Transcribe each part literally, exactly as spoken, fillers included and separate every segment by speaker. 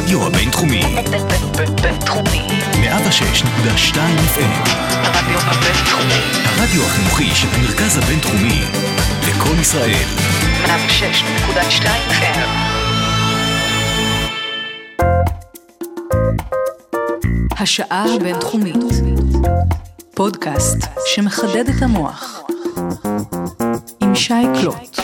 Speaker 1: הרדיו הבינתחומי.
Speaker 2: בינתחומי.
Speaker 1: מאה ושש נקודה שתיים אף אם.
Speaker 2: הרדיו הבינתחומי.
Speaker 1: הרדיו החינוכי של המרכז הבינתחומי. לקול ישראל.
Speaker 2: מאה ושש נקודה שתיים אף אם. השעה הבינתחומית. פודקאסט שמחדד את המוח. עם שי קלוט.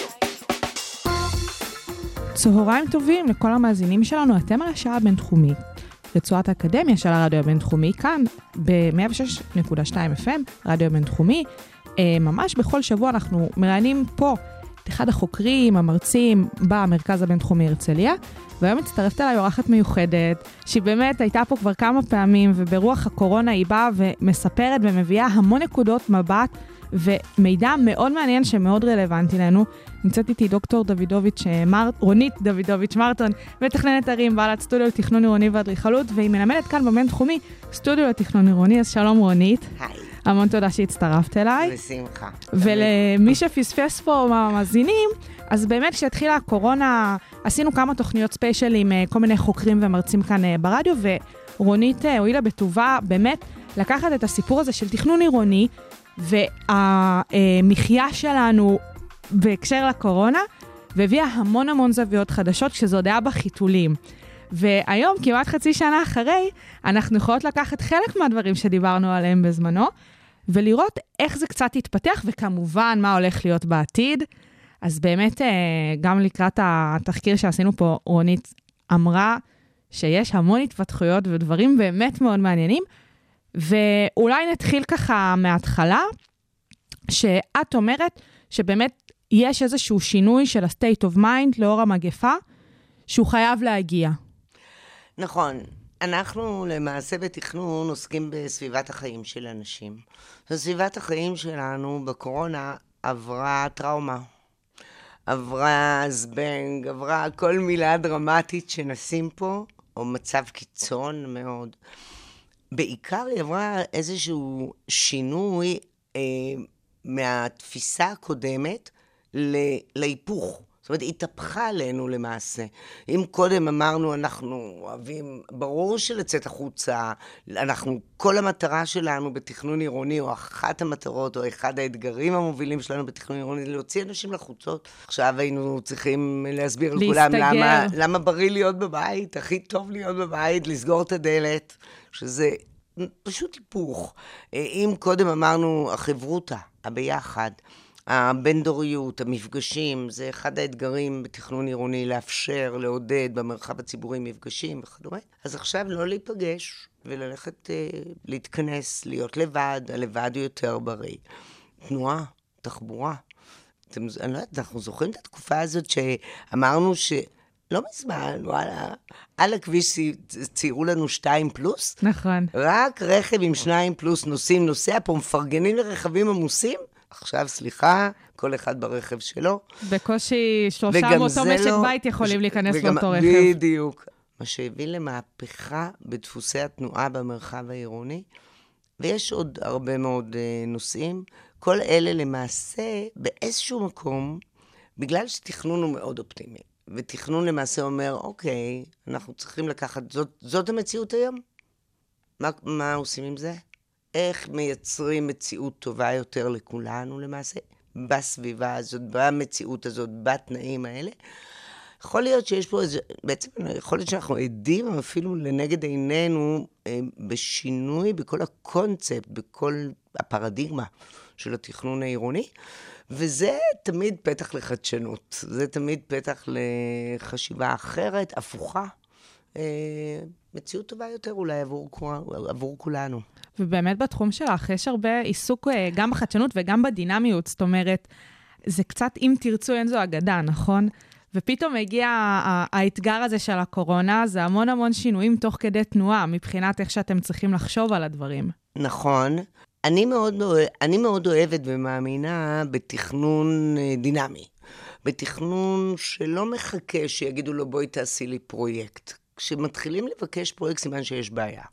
Speaker 3: צהריים טובים לכל המאזינים שלנו, אתם על השעה הבינתחומית. רצועת האקדמיה של הרדיו הבינתחומי, כאן ב-מאה ושש נקודה שתיים אף אם, רדיו הבינתחומי. ממש בכל שבוע אנחנו מראיינים פה את אחד החוקרים, המרצים במרכז הבינתחומי הרצליה, והיום מצטרפת אליי אורחת מיוחדת, שהיא באמת הייתה פה כבר כמה פעמים, וברוח הקורונה היא באה ומספרת ומביאה המון נקודות מבט, ומידע מאוד מעניין שמאוד רלוונטי לנו. נמצאת איתי דוקטור דוידוביץ' מרט, רונית דוידוביץ' מרטון, מתכננת ערים, בעלת סטודיו לתכנון עירוני ואדריכלות, והיא מלמדת כאן בבינתחומי סטודיו לתכנון עירוני. אז שלום רונית.
Speaker 4: היי.
Speaker 3: המון תודה שהצטרפת אליי.
Speaker 4: בשמחה.
Speaker 3: ולמי שפספס פה מהמאזינים, אז באמת כשהתחילה הקורונה, עשינו כמה תוכניות ספיישל עם כל מיני חוקרים ומרצים כאן ברדיו, ורונית הועילה בטובה באמת לקחת את הסיפור הזה של תכנון עירוני, והמחיה שלנו בהקשר לקורונה, והביאה המון המון זוויות חדשות, כשזה עוד היה בחיתולים. והיום, כמעט חצי שנה אחרי, אנחנו יכולות לקחת חלק מהדברים שדיברנו עליהם בזמנו, ולראות איך זה קצת יתפתח, וכמובן מה הולך להיות בעתיד. אז באמת, גם לקראת התחקיר שעשינו פה, רונית אמרה שיש המון התפתחויות ודברים באמת מאוד מעניינים, ואולי נתחיל ככה מההתחלה, שאת אומרת שבאמת יש איזשהו שינוי של ה-state of mind לאור המגפה, שהוא חייב להגיע.
Speaker 4: נכון. אנחנו למעשה בתכנון עוסקים בסביבת החיים של אנשים. סביבת החיים שלנו בקורונה עברה טראומה. עברה זבנג, עברה כל מילה דרמטית שנשים פה, או מצב קיצון מאוד. בעיקר היא עברה איזשהו שינוי אה, מהתפיסה הקודמת ל- להיפוך. זאת אומרת, התהפכה עלינו למעשה. אם קודם אמרנו, אנחנו אוהבים, ברור שלצאת החוצה, אנחנו, כל המטרה שלנו בתכנון עירוני, או אחת המטרות, או אחד האתגרים המובילים שלנו בתכנון עירוני, להוציא אנשים לחוצות. עכשיו היינו צריכים להסביר לכולם למה, למה בריא להיות בבית, הכי טוב להיות בבית, לסגור את הדלת, שזה פשוט היפוך. אם קודם אמרנו, החברותה, הביחד, הבין-דוריות, המפגשים, זה אחד האתגרים בתכנון עירוני, לאפשר, לעודד במרחב הציבורי מפגשים וכדומה. אז עכשיו לא להיפגש וללכת אה, להתכנס, להיות לבד, הלבד הוא יותר בריא. תנועה, תחבורה. אתם, אני לא יודעת, אנחנו זוכרים את התקופה הזאת שאמרנו ש... לא מזמן, וואלה, על הכביש ציירו לנו שתיים פלוס.
Speaker 3: נכון. רק
Speaker 4: רכב עם שניים פלוס נוסעים, נוסע פה, מפרגנים לרכבים עמוסים. עכשיו, סליחה, כל אחד ברכב שלו.
Speaker 3: בקושי שלושה מאותו משק לא, בית יכולים להיכנס וגם, לאותו רכב.
Speaker 4: בדיוק. מה שהביא למהפכה בדפוסי התנועה במרחב העירוני, ויש עוד הרבה מאוד uh, נושאים. כל אלה למעשה, באיזשהו מקום, בגלל שתכנון הוא מאוד אופטימי, ותכנון למעשה אומר, אוקיי, אנחנו צריכים לקחת, זאת, זאת המציאות היום? מה, מה עושים עם זה? איך מייצרים מציאות טובה יותר לכולנו למעשה, בסביבה הזאת, במציאות הזאת, בתנאים האלה. יכול להיות שיש פה איזה, בעצם יכול להיות שאנחנו עדים אפילו לנגד עינינו אה, בשינוי בכל הקונספט, בכל הפרדיגמה של התכנון העירוני, וזה תמיד פתח לחדשנות, זה תמיד פתח לחשיבה אחרת, הפוכה, אה, מציאות טובה יותר אולי עבור, עבור כולנו.
Speaker 3: ובאמת בתחום שלך יש הרבה עיסוק גם בחדשנות וגם בדינמיות, זאת אומרת, זה קצת אם תרצו אין זו אגדה, נכון? ופתאום הגיע האתגר הזה של הקורונה, זה המון המון שינויים תוך כדי תנועה, מבחינת איך שאתם צריכים לחשוב על הדברים.
Speaker 4: נכון. אני מאוד, אני מאוד אוהבת ומאמינה בתכנון דינמי. בתכנון שלא מחכה שיגידו לו בואי תעשי לי פרויקט. כשמתחילים לבקש פרויקט סימן שיש בעיה.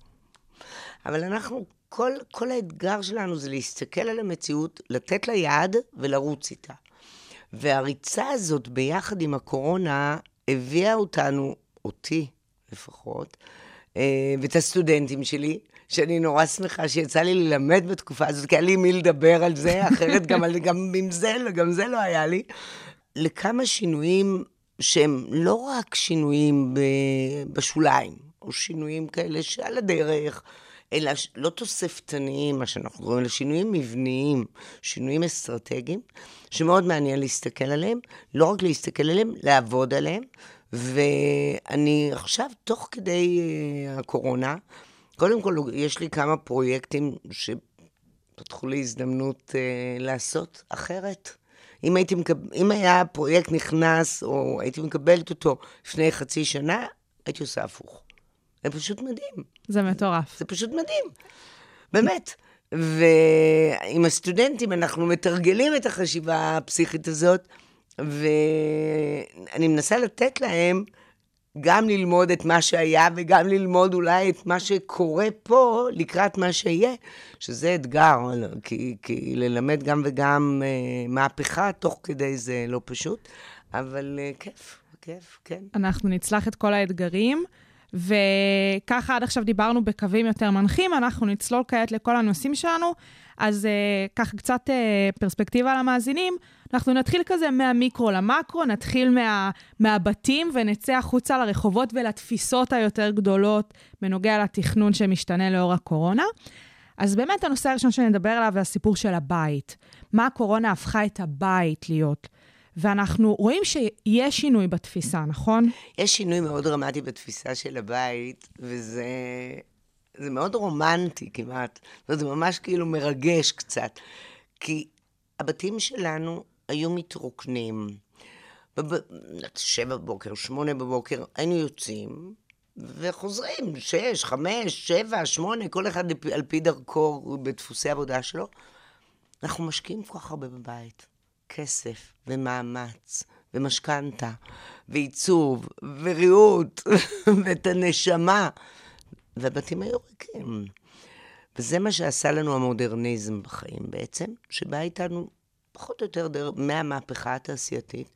Speaker 4: אבל אנחנו, כל, כל האתגר שלנו זה להסתכל על המציאות, לתת לה יד ולרוץ איתה. והריצה הזאת ביחד עם הקורונה הביאה אותנו, אותי לפחות, ואת הסטודנטים שלי, שאני נורא שמחה שיצא לי ללמד בתקופה הזאת, כי היה לי מי לדבר על זה, אחרת גם, גם עם זה, גם זה לא היה לי. לכמה שינויים שהם לא רק שינויים בשוליים, או שינויים כאלה שעל הדרך, אלא לא תוספתניים, מה שאנחנו קוראים, אלא שינויים מבניים, שינויים אסטרטגיים, שמאוד מעניין להסתכל עליהם, לא רק להסתכל עליהם, לעבוד עליהם, ואני עכשיו, תוך כדי הקורונה, קודם כל יש לי כמה פרויקטים שפתחו לי הזדמנות לעשות אחרת. אם, הייתי מקב... אם היה פרויקט נכנס, או הייתי מקבלת אותו לפני חצי שנה, הייתי עושה הפוך. זה פשוט מדהים.
Speaker 3: זה מטורף.
Speaker 4: זה פשוט מדהים. באמת. ועם הסטודנטים אנחנו מתרגלים את החשיבה הפסיכית הזאת, ואני מנסה לתת להם גם ללמוד את מה שהיה, וגם ללמוד אולי את מה שקורה פה, לקראת מה שיהיה, שזה אתגר, כי, כי ללמד גם וגם אה, מהפכה, תוך כדי זה לא פשוט, אבל אה, כיף, כיף, כן.
Speaker 3: אנחנו נצלח את כל האתגרים, וככה עד עכשיו דיברנו בקווים יותר מנחים, אנחנו נצלול כעת לכל הנושאים שלנו, אז uh, ככה קצת uh, פרספקטיבה על המאזינים, אנחנו נתחיל כזה מהמיקרו למקרו, נתחיל מה, מהבתים ונצא החוצה לרחובות ולתפיסות היותר גדולות בנוגע לתכנון שמשתנה לאור הקורונה. אז באמת הנושא הראשון שנדבר עליו זה הסיפור של הבית. מה הקורונה הפכה את הבית להיות? ואנחנו רואים שיש שינוי בתפיסה, נכון?
Speaker 4: יש שינוי מאוד דרמטי בתפיסה של הבית, וזה זה מאוד רומנטי כמעט. זה ממש כאילו מרגש קצת. כי הבתים שלנו היו מתרוקנים. בב... שבע בבוקר, שמונה בבוקר, היינו יוצאים, וחוזרים, שש, חמש, שבע, שמונה, כל אחד על פי דרכו בדפוסי עבודה שלו. אנחנו משקיעים כל כך הרבה בבית. כסף ומאמץ ומשכנתה ועיצוב וריאות ואת הנשמה. והבתים היו ריקים. וזה מה שעשה לנו המודרניזם בחיים בעצם, שבא איתנו פחות או יותר דר... מהמהפכה התעשייתית,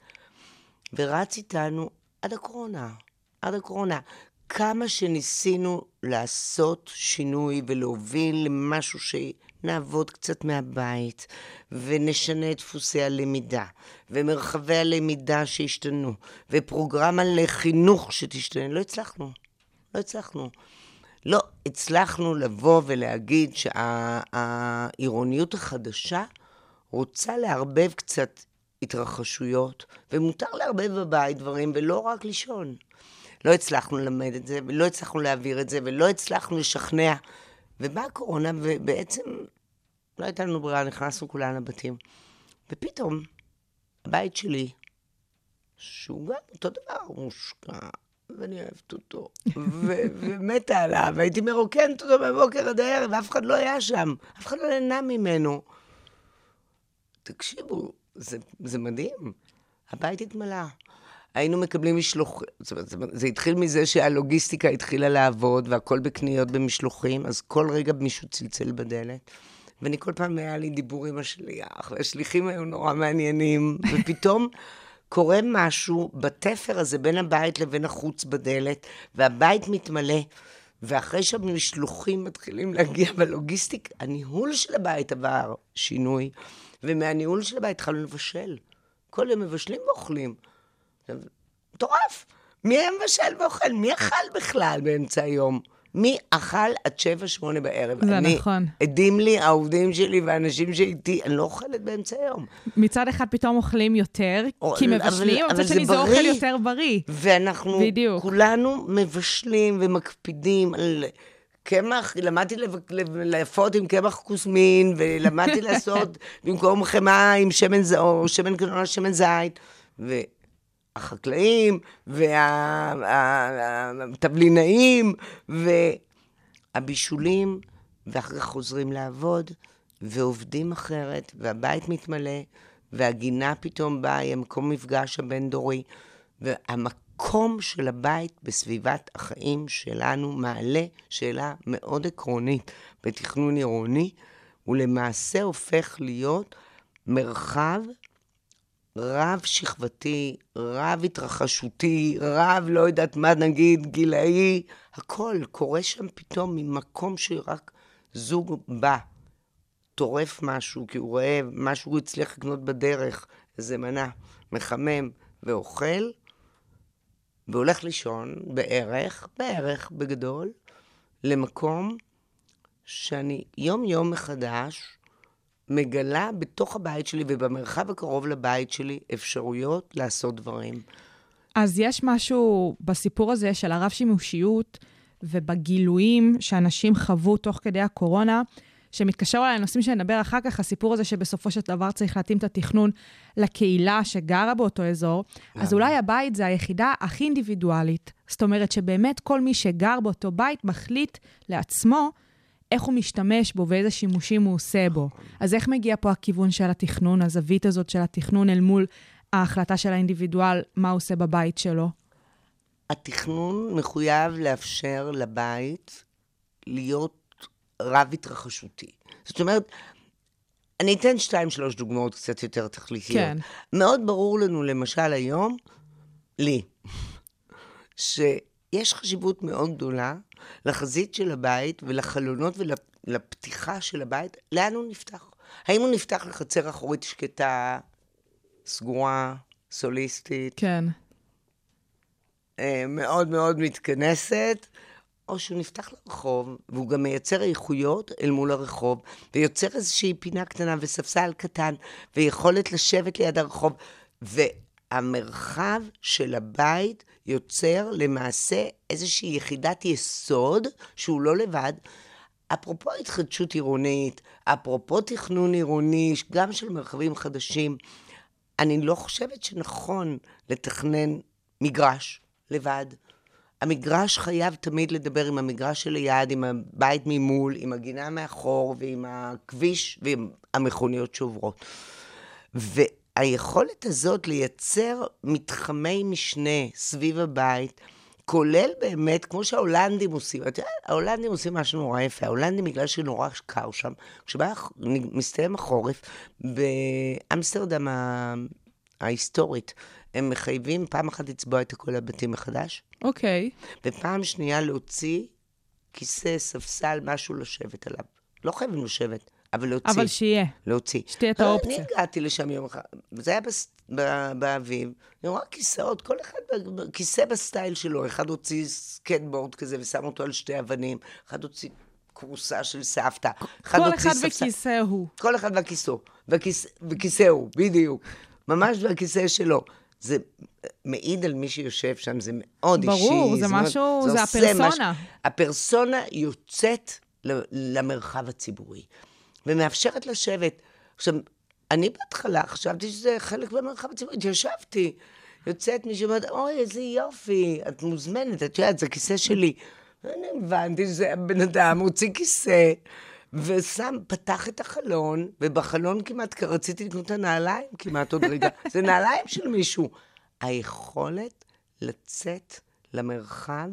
Speaker 4: ורץ איתנו עד הקורונה. עד הקורונה. כמה שניסינו לעשות שינוי ולהוביל למשהו שנעבוד קצת מהבית, ונשנה את דפוסי הלמידה, ומרחבי הלמידה שהשתנו, ופרוגרמה לחינוך שתשתנה. לא הצלחנו. לא הצלחנו. לא הצלחנו לבוא ולהגיד שהעירוניות החדשה רוצה לערבב קצת התרחשויות, ומותר לערבב בבית דברים, ולא רק לישון. לא הצלחנו ללמד את זה, ולא הצלחנו להעביר את זה, ולא הצלחנו לשכנע. ובאה הקורונה, ובעצם לא הייתה לנו ברירה, נכנסנו כולנו לבתים. ופתאום, הבית שלי, שהוא גם אותו דבר, מושקע, ואני אוהבת אותו, ו- ומתה עליו, והייתי מרוקנת אותו בבוקר עד הערב, ואף אחד לא היה שם, אף אחד לא נהנה ממנו. תקשיבו, זה, זה מדהים. הבית התמלא. היינו מקבלים משלוחים, זה, זה, זה התחיל מזה שהלוגיסטיקה התחילה לעבוד, והכל בקניות במשלוחים, אז כל רגע מישהו צלצל בדלת, ואני כל פעם היה לי דיבור עם השליח, והשליחים היו נורא מעניינים, ופתאום קורה משהו בתפר הזה בין הבית לבין החוץ בדלת, והבית מתמלא, ואחרי שהמשלוחים מתחילים להגיע בלוגיסטיק, הניהול של הבית עבר שינוי, ומהניהול של הבית התחלנו לבשל. כל יום מבשלים ואוכלים. מטורף. מי היה מבשל ואוכל? מי אכל בכלל באמצע היום? מי אכל עד שבע, שמונה בערב?
Speaker 3: זה
Speaker 4: אני,
Speaker 3: נכון.
Speaker 4: עדים לי, העובדים שלי והאנשים שאיתי, אני לא אוכלת באמצע היום.
Speaker 3: מצד אחד פתאום אוכלים יותר, או, כי מבשלים, אבל, אבל מצד שני זה אוכל יותר בריא.
Speaker 4: ואנחנו
Speaker 3: בדיוק.
Speaker 4: כולנו מבשלים ומקפידים על קמח, למדתי לפות עם קמח כוסמין, ולמדתי לעשות במקום חמה עם שמן זית, או שמן קנולה, שמן זית, והחקלאים, והתבלינאים, והבישולים, ואחרי חוזרים לעבוד, ועובדים אחרת, והבית מתמלא, והגינה פתאום באה, היא המקום מפגש הבין-דורי, והמקום של הבית בסביבת החיים שלנו מעלה שאלה מאוד עקרונית בתכנון עירוני, הוא למעשה הופך להיות מרחב רב שכבתי, רב התרחשותי, רב לא יודעת מה נגיד, גילאי, הכל קורה שם פתאום ממקום שרק זוג בא, טורף משהו, כי הוא רואה משהו הוא הצליח לקנות בדרך, איזה מנה, מחמם ואוכל, והולך לישון בערך, בערך בגדול, למקום שאני יום יום מחדש מגלה בתוך הבית שלי ובמרחב הקרוב לבית שלי אפשרויות לעשות דברים.
Speaker 3: אז יש משהו בסיפור הזה של הרב שימושיות ובגילויים שאנשים חוו תוך כדי הקורונה, שמתקשר אולי לנושאים שנדבר אחר כך, הסיפור הזה שבסופו של דבר צריך להתאים את התכנון לקהילה שגרה באותו אזור, אז אולי הבית זה היחידה הכי אינדיבידואלית. זאת אומרת שבאמת כל מי שגר באותו בית מחליט לעצמו איך הוא משתמש בו ואיזה שימושים הוא עושה בו. אז איך מגיע פה הכיוון של התכנון, הזווית הזאת של התכנון אל מול ההחלטה של האינדיבידואל, מה הוא עושה בבית שלו?
Speaker 4: התכנון מחויב לאפשר לבית להיות רב התרחשותי. זאת אומרת, אני אתן שתיים, שלוש דוגמאות קצת יותר תכליתיות.
Speaker 3: כן.
Speaker 4: מאוד ברור לנו, למשל היום, לי, שיש חשיבות מאוד גדולה לחזית של הבית ולחלונות ולפתיחה של הבית, לאן הוא נפתח? האם הוא נפתח לחצר אחורית שקטה, סגורה, סוליסטית?
Speaker 3: כן.
Speaker 4: מאוד מאוד מתכנסת, או שהוא נפתח לרחוב, והוא גם מייצר איכויות אל מול הרחוב, ויוצר איזושהי פינה קטנה וספסל קטן, ויכולת לשבת ליד הרחוב, והמרחב של הבית יוצר למעשה איזושהי יחידת יסוד, שהוא לא לבד, אפרופו התחדשות עירונית, אפרופו תכנון עירוני, גם של מרחבים חדשים, אני לא חושבת שנכון לתכנן מגרש לבד. המגרש חייב תמיד לדבר עם המגרש שליד, עם הבית ממול, עם הגינה מאחור, ועם הכביש, ועם המכוניות שעוברות. והיכולת הזאת לייצר מתחמי משנה סביב הבית, כולל באמת, כמו שההולנדים עושים, ההולנדים עושים משהו נורא יפה, ההולנדים בגלל שנורא קר שם, כשבא מסתיים החורף, באמסטרדם ההיסטורית, הם מחייבים פעם אחת לצבוע את כל הבתים מחדש.
Speaker 3: אוקיי.
Speaker 4: ופעם שנייה להוציא כיסא, ספסל, משהו לשבת עליו. לא חייבים לשבת, אבל להוציא.
Speaker 3: אבל שיהיה.
Speaker 4: להוציא.
Speaker 3: שתהיה את האופציה.
Speaker 4: אני הגעתי לשם יום אחד, וזה היה בס... באביב, אני רואה כיסאות, כל אחד כיסא בסטייל שלו, אחד הוציא סקטבורד כזה ושם אותו על שתי אבנים, אחד הוציא קורסה של סבתא, אחד
Speaker 3: כל
Speaker 4: הוציא
Speaker 3: אחד
Speaker 4: ספסל.
Speaker 3: וכיסא הוא.
Speaker 4: כל אחד והכיסאו, וכיסא, וכיסא הוא, בדיוק. ממש והכיסא שלו. זה מעיד על מי שיושב שם, זה מאוד
Speaker 3: ברור,
Speaker 4: אישי.
Speaker 3: ברור, זה משהו, זה, זה הפרסונה. מש...
Speaker 4: הפרסונה יוצאת למרחב הציבורי, ומאפשרת לשבת. עכשיו, אני בהתחלה חשבתי שזה חלק במרחב הציבורי, ישבתי, יוצאת מישהו ואומרת, אוי, איזה יופי, את מוזמנת, את יודעת, זה כיסא שלי. ואני הבנתי שזה הבן אדם, הוציא כיסא, ושם, פתח את החלון, ובחלון כמעט, רציתי לקנות את הנעליים, כמעט עוד רגע. זה נעליים של מישהו. היכולת לצאת למרחב,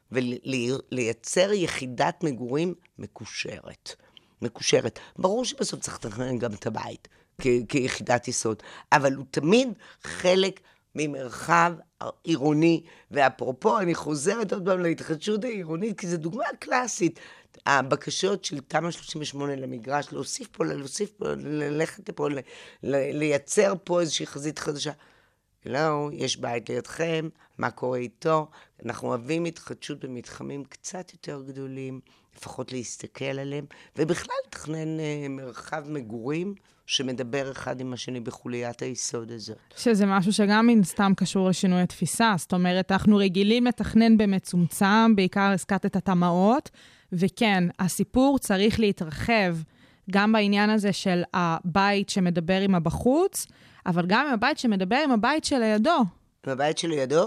Speaker 4: ולייצר יחידת מגורים מקושרת. מקושרת. ברור שבסוף צריך לתכנן גם את הבית, כ- כיחידת יסוד, אבל הוא תמיד חלק ממרחב עירוני, ואפרופו, אני חוזרת עוד פעם להתחדשות העירונית, כי זו דוגמה קלאסית, הבקשות של תמ"א שלושים ושמונה למגרש, להוסיף פה, להוסיף פה, ללכת פה, ל- ל- לייצר פה איזושהי חזית חדשה. לא, יש בית לידכם, מה קורה איתו? אנחנו אוהבים התחדשות במתחמים קצת יותר גדולים, לפחות להסתכל עליהם, ובכלל לתכנן אה, מרחב מגורים שמדבר אחד עם השני בחוליית היסוד הזאת.
Speaker 3: שזה משהו שגם מן סתם קשור לשינוי התפיסה, זאת אומרת, אנחנו רגילים לתכנן במצומצם, בעיקר הזכרת את התמ"אות, וכן, הסיפור צריך להתרחב גם בעניין הזה של הבית שמדבר עם הבחוץ, אבל גם עם הבית שמדבר עם הבית שלידו.
Speaker 4: עם הבית שלידו,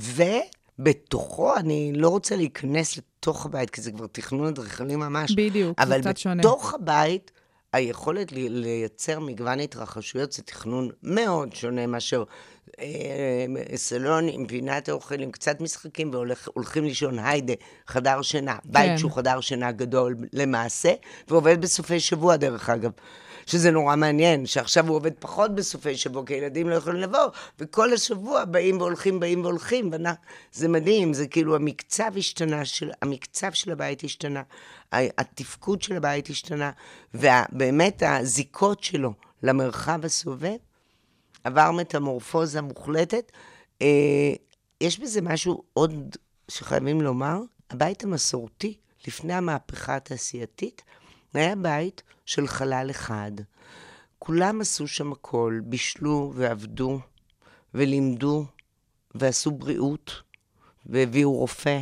Speaker 4: ובתוכו, אני לא רוצה להיכנס לתוך הבית, כי זה כבר תכנון אדריכלי ממש.
Speaker 3: בדיוק, זה קצת שונה.
Speaker 4: אבל בתוך הבית, היכולת לייצר מגוון התרחשויות, זה תכנון מאוד שונה מאשר אה, סלון עם פינת האוכל, עם קצת משחקים, והולכים לישון היידה, חדר שינה, בית
Speaker 3: כן.
Speaker 4: שהוא חדר שינה גדול למעשה, ועובד בסופי שבוע דרך אגב. שזה נורא מעניין, שעכשיו הוא עובד פחות בסופי שבוע, כי ילדים לא יכולים לבוא, וכל השבוע באים והולכים, באים והולכים, זה מדהים, זה כאילו המקצב השתנה, של, המקצב של הבית השתנה, התפקוד של הבית השתנה, ובאמת הזיקות שלו למרחב הסובב, עבר מטמורפוזה מוחלטת. יש בזה משהו עוד שחייבים לומר, הבית המסורתי, לפני המהפכה התעשייתית, היה בית של חלל אחד. כולם עשו שם הכל, בישלו ועבדו ולימדו ועשו בריאות והביאו רופא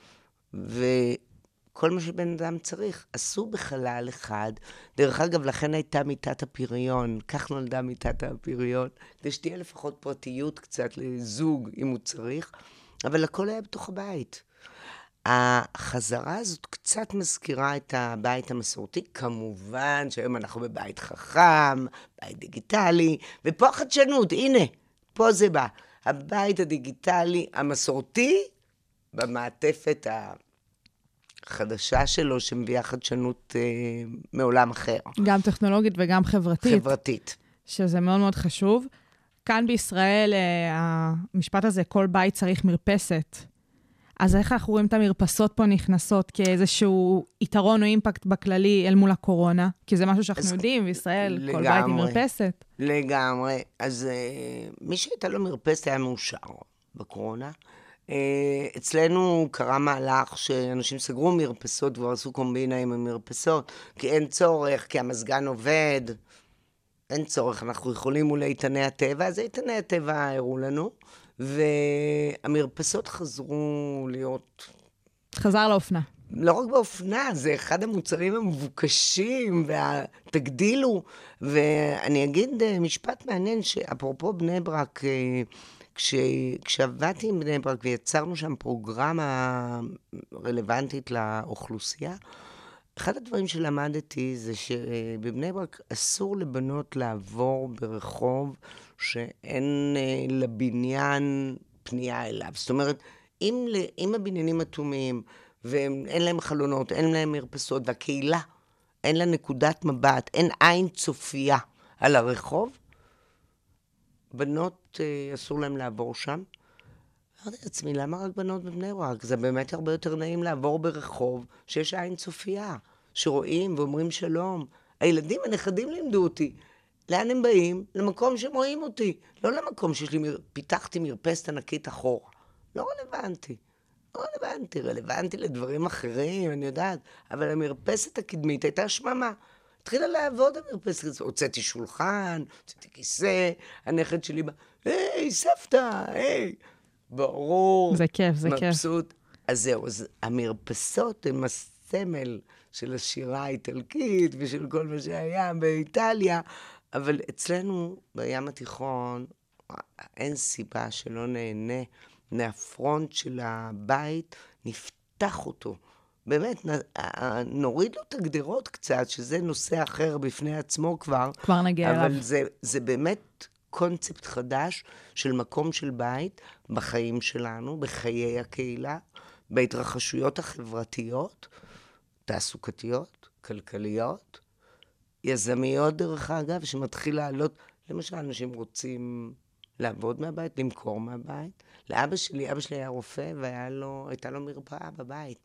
Speaker 4: וכל מה שבן אדם צריך. עשו בחלל אחד. דרך אגב, לכן הייתה מיטת הפריון. כך נולדה מיטת הפריון. כדי שתהיה לפחות פרטיות קצת לזוג אם הוא צריך. אבל הכל היה בתוך הבית. החזרה הזאת קצת מזכירה את הבית המסורתי, כמובן שהיום אנחנו בבית חכם, בית דיגיטלי, ופה החדשנות, הנה, פה זה בא. הבית הדיגיטלי המסורתי, במעטפת החדשה שלו, שמביאה חדשנות אה, מעולם אחר.
Speaker 3: גם טכנולוגית וגם חברתית.
Speaker 4: חברתית.
Speaker 3: שזה מאוד מאוד חשוב. כאן בישראל, אה, המשפט הזה, כל בית צריך מרפסת. אז איך אנחנו רואים את המרפסות פה נכנסות כאיזשהו יתרון או אימפקט בכללי אל מול הקורונה? כי זה משהו שאנחנו יודעים, בישראל, לגמרי, כל בית עם מרפסת.
Speaker 4: לגמרי. אז uh, מי שהייתה לו מרפסת היה מאושר בקורונה. Uh, אצלנו קרה מהלך שאנשים סגרו מרפסות כבר עשו קומבינה עם המרפסות, כי אין צורך, כי המזגן עובד. אין צורך, אנחנו יכולים אולי איתני הטבע, אז איתני הטבע הראו לנו. והמרפסות חזרו להיות...
Speaker 3: חזר לאופנה.
Speaker 4: לא רק באופנה, זה אחד המוצרים המבוקשים, והתגדילו. ואני אגיד משפט מעניין, שאפרופו בני ברק, כש... כשעבדתי עם בני ברק ויצרנו שם פרוגרמה רלוונטית לאוכלוסייה, אחד הדברים שלמדתי זה שבבני ברק אסור לבנות לעבור ברחוב שאין אה, לבניין פנייה אליו. זאת אומרת, אם, אם הבניינים אטומים ואין להם חלונות, אין להם מרפסות, והקהילה אין לה נקודת מבט, אין עין צופייה על הרחוב, בנות אה, אסור להם לעבור שם. אמרתי לעצמי, למה רק בנות בבני ברק? זה באמת הרבה יותר נעים לעבור ברחוב שיש עין צופייה, שרואים ואומרים שלום. הילדים, הנכדים לימדו אותי. לאן הם באים? למקום שהם רואים אותי. לא למקום שיש לי, פיתחתי מרפסת ענקית אחורה. לא רלוונטי. לא רלוונטי. רלוונטי לדברים אחרים, אני יודעת. אבל המרפסת הקדמית הייתה שממה. התחילה לעבוד המרפסת. הוצאתי שולחן, הוצאתי כיסא, הנכד שלי בא, היי, סבתא, היי. ברור.
Speaker 3: זה כיף, זה כיף.
Speaker 4: מבסוט. אז זהו, אז המרפסות הן הסמל של השירה האיטלקית ושל כל מה שהיה באיטליה, אבל אצלנו בים התיכון אין סיבה שלא נהנה מהפרונט של הבית, נפתח אותו. באמת, נוריד לו את הגדרות קצת, שזה נושא אחר בפני עצמו כבר.
Speaker 3: כבר נגיע אליו.
Speaker 4: אבל זה, זה באמת קונספט חדש של מקום של בית בחיים שלנו, בחיי הקהילה, בהתרחשויות החברתיות, תעסוקתיות, כלכליות, יזמיות דרך אגב, שמתחיל לעלות, למשל אנשים רוצים לעבוד מהבית, למכור מהבית. לאבא שלי, אבא שלי היה רופא והייתה לו מרפאה בבית.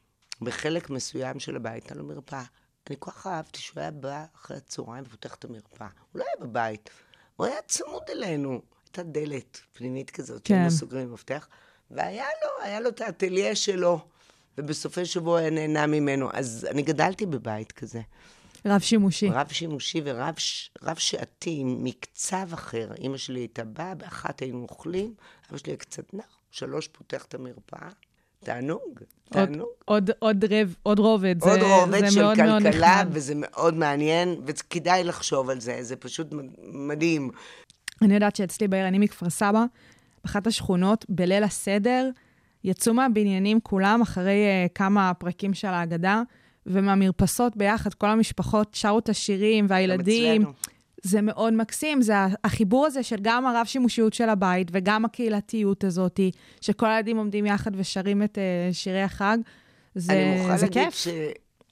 Speaker 4: בחלק מסוים של הבית הייתה לו מרפאה. אני כל כך אהבתי שהוא היה בא אחרי הצהריים ופותח את המרפאה. הוא לא היה בבית, הוא היה צמוד אלינו. הייתה דלת פנימית כזאת, כן. שהיינו סוגרים מפתח, והיה לו, היה לו את האטליה שלו, ובסופי שבוע היה נהנה ממנו. אז אני גדלתי בבית כזה.
Speaker 3: רב שימושי.
Speaker 4: רב שימושי ורב רב שעתי, מקצב אחר. אמא שלי הייתה באה, באחת היינו אוכלים, אבא שלי קצת נח, שלוש פותח את המרפאה. תענוג, תענוג.
Speaker 3: עוד, עוד, רב, עוד רובד.
Speaker 4: עוד
Speaker 3: זה,
Speaker 4: רובד
Speaker 3: זה
Speaker 4: של
Speaker 3: מאוד
Speaker 4: כלכלה,
Speaker 3: מאוד
Speaker 4: וזה מאוד מעניין, וכדאי לחשוב על זה, זה פשוט מדהים.
Speaker 3: אני יודעת שאצלי בעיר, אני מכפר סבא, באחת השכונות, בליל הסדר, יצאו מהבניינים כולם אחרי uh, כמה פרקים של ההגדה, ומהמרפסות ביחד, כל המשפחות שרו את השירים והילדים. זה מאוד מקסים, זה החיבור הזה של גם הרב שימושיות של הבית, וגם הקהילתיות הזאת, שכל הילדים עומדים יחד ושרים את uh, שירי החג, זה,
Speaker 4: אני מוכרחה
Speaker 3: זה
Speaker 4: להגיד
Speaker 3: כיף.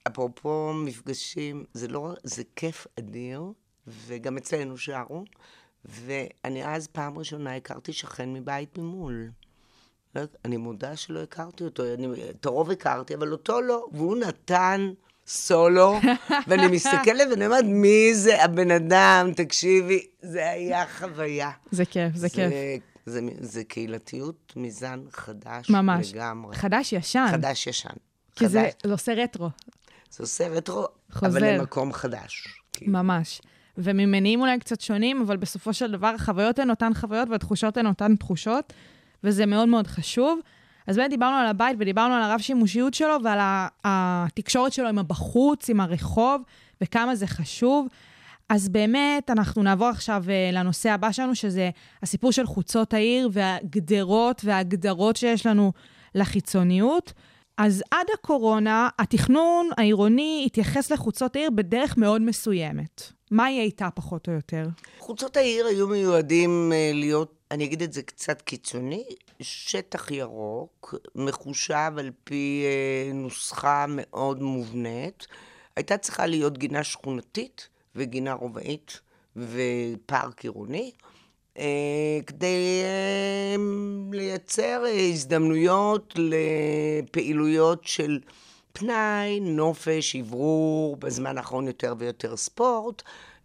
Speaker 4: אפרופו מפגשים, זה לא, זה כיף אדיר, וגם אצלנו שרו, ואני אז פעם ראשונה הכרתי שכן מבית ממול. אני מודה שלא הכרתי אותו, אני, את הרוב הכרתי, אבל אותו לא, והוא נתן סולו, ואני מסתכלת ואני אומרת, מי זה הבן אדם, תקשיבי, זה היה חוויה.
Speaker 3: זה כיף, זה, זה כיף.
Speaker 4: זה, זה, זה קהילתיות מזן חדש
Speaker 3: ממש.
Speaker 4: לגמרי.
Speaker 3: חדש ישן.
Speaker 4: חדש ישן.
Speaker 3: כי
Speaker 4: חדש.
Speaker 3: זה, זה עושה רטרו.
Speaker 4: זה עושה רטרו,
Speaker 3: חוזר.
Speaker 4: אבל למקום חדש.
Speaker 3: ממש. וממניעים אולי קצת שונים, אבל בסופו של דבר החוויות הן אותן חוויות והתחושות הן אותן תחושות, וזה מאוד מאוד חשוב. אז באמת דיברנו על הבית ודיברנו על הרב שימושיות שלו ועל התקשורת שלו עם הבחוץ, עם הרחוב, וכמה זה חשוב. אז באמת אנחנו נעבור עכשיו לנושא הבא שלנו, שזה הסיפור של חוצות העיר והגדרות וההגדרות שיש לנו לחיצוניות. אז עד הקורונה, התכנון העירוני התייחס לחוצות העיר בדרך מאוד מסוימת. מה היא הייתה פחות או יותר?
Speaker 4: חוצות העיר היו מיועדים להיות, אני אגיד את זה קצת קיצוני, שטח ירוק, מחושב על פי נוסחה מאוד מובנית. הייתה צריכה להיות גינה שכונתית וגינה רובעית ופארק עירוני, כדי לייצר הזדמנויות לפעילויות של פנאי, נופש, עברור, בזמן האחרון יותר ויותר ספורט,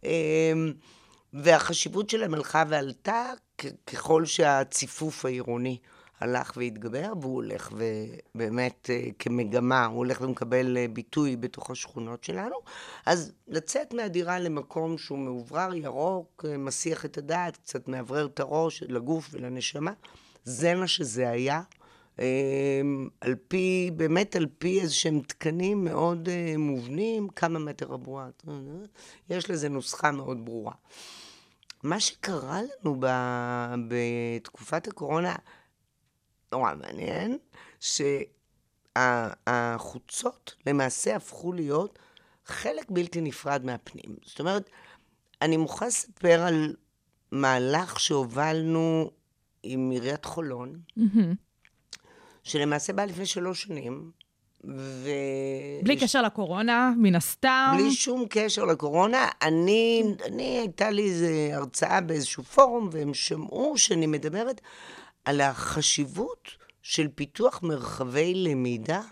Speaker 4: והחשיבות שלהם הלכה ועלתה ככל שהציפוף העירוני הלך והתגבר, והוא הולך ובאמת כמגמה, הוא הולך ומקבל ביטוי בתוך השכונות שלנו. אז לצאת מהדירה למקום שהוא מעוברר, ירוק, מסיח את הדעת, קצת מעברר את הראש לגוף ולנשמה, זה מה שזה היה. על פי, באמת על פי איזשהם תקנים מאוד מובנים, כמה מטר רבוע, יש לזה נוסחה מאוד ברורה. מה שקרה לנו בתקופת הקורונה, נורא מעניין, שהחוצות למעשה הפכו להיות חלק בלתי נפרד מהפנים. זאת אומרת, אני מוכרחה לספר על מהלך שהובלנו עם עיריית חולון, שלמעשה בא לפני שלוש שנים, ו...
Speaker 3: בלי קשר לקורונה, מן הסתם.
Speaker 4: בלי שום קשר לקורונה. אני, אני הייתה לי איזו הרצאה באיזשהו פורום, והם שמעו שאני מדברת על החשיבות של פיתוח מרחבי למידה,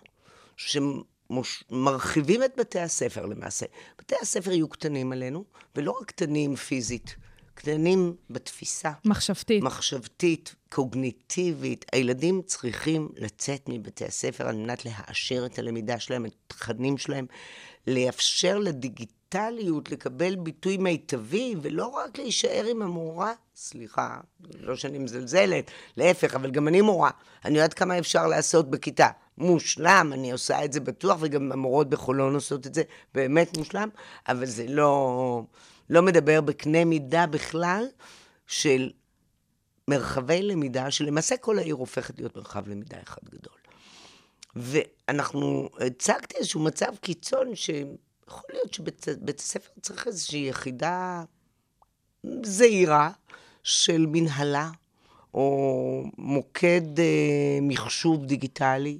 Speaker 4: שמרחיבים את בתי הספר למעשה. בתי הספר יהיו קטנים עלינו, ולא רק קטנים פיזית, קטנים בתפיסה.
Speaker 3: מחשבתית.
Speaker 4: מחשבתית, קוגניטיבית. הילדים צריכים לצאת מבתי הספר על מנת להעשיר את הלמידה שלהם, את התכנים שלהם, לאפשר לדיגיטליות לקבל ביטוי מיטבי, ולא רק להישאר עם המורה. סליחה, לא שאני מזלזלת, להפך, אבל גם אני מורה. אני יודעת כמה אפשר לעשות בכיתה. מושלם, אני עושה את זה בטוח, וגם המורות בחולון עושות את זה באמת מושלם, אבל זה לא... לא מדבר בקנה מידה בכלל של מרחבי למידה, שלמעשה כל העיר הופכת להיות מרחב למידה אחד גדול. ואנחנו הצגתי איזשהו מצב קיצון, שיכול להיות שבית הספר צריך איזושהי יחידה זהירה של מנהלה, או מוקד אה, מחשוב דיגיטלי,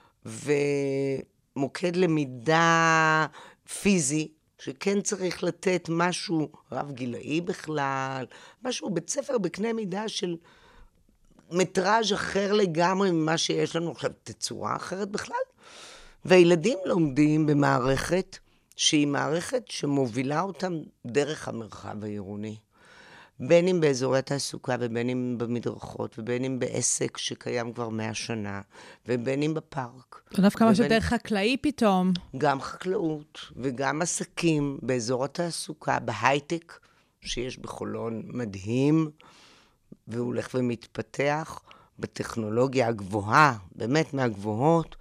Speaker 4: ומוקד למידה פיזי, שכן צריך לתת משהו רב גילאי בכלל, משהו בית ספר בקנה מידה של מטראז' אחר לגמרי ממה שיש לנו עכשיו, תצורה אחרת בכלל. והילדים לומדים במערכת שהיא מערכת שמובילה אותם דרך המרחב העירוני. בין אם באזורי התעסוקה, ובין אם במדרכות, ובין אם בעסק שקיים כבר מאה שנה, ובין אם בפארק.
Speaker 3: דווקא משהו יותר חקלאי פתאום.
Speaker 4: גם חקלאות, וגם עסקים באזור התעסוקה, בהייטק, שיש בחולון מדהים, והוא הולך ומתפתח, בטכנולוגיה הגבוהה, באמת מהגבוהות,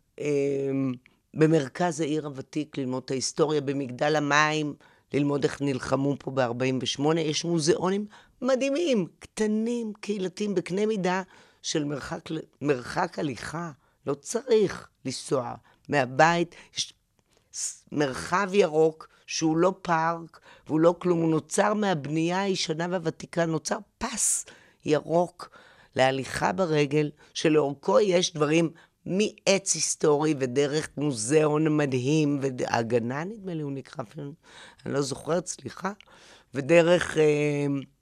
Speaker 4: במרכז העיר הוותיק, ללמוד את ההיסטוריה, במגדל המים, ללמוד איך נלחמו פה ב-ארבעים ושמונה, יש מוזיאונים מדהימים, קטנים, קהילתיים, בקנה מידה של מרחק, מרחק הליכה. לא צריך לנסוע מהבית, יש מרחב ירוק שהוא לא פארק, והוא לא כלום, הוא נוצר מהבנייה הישנה והוותיקה, נוצר פס ירוק להליכה ברגל, שלאורכו יש דברים מעץ היסטורי ודרך מוזיאון מדהים, והגנה נדמה לי הוא נקרא, אני לא זוכרת, סליחה, ודרך אה,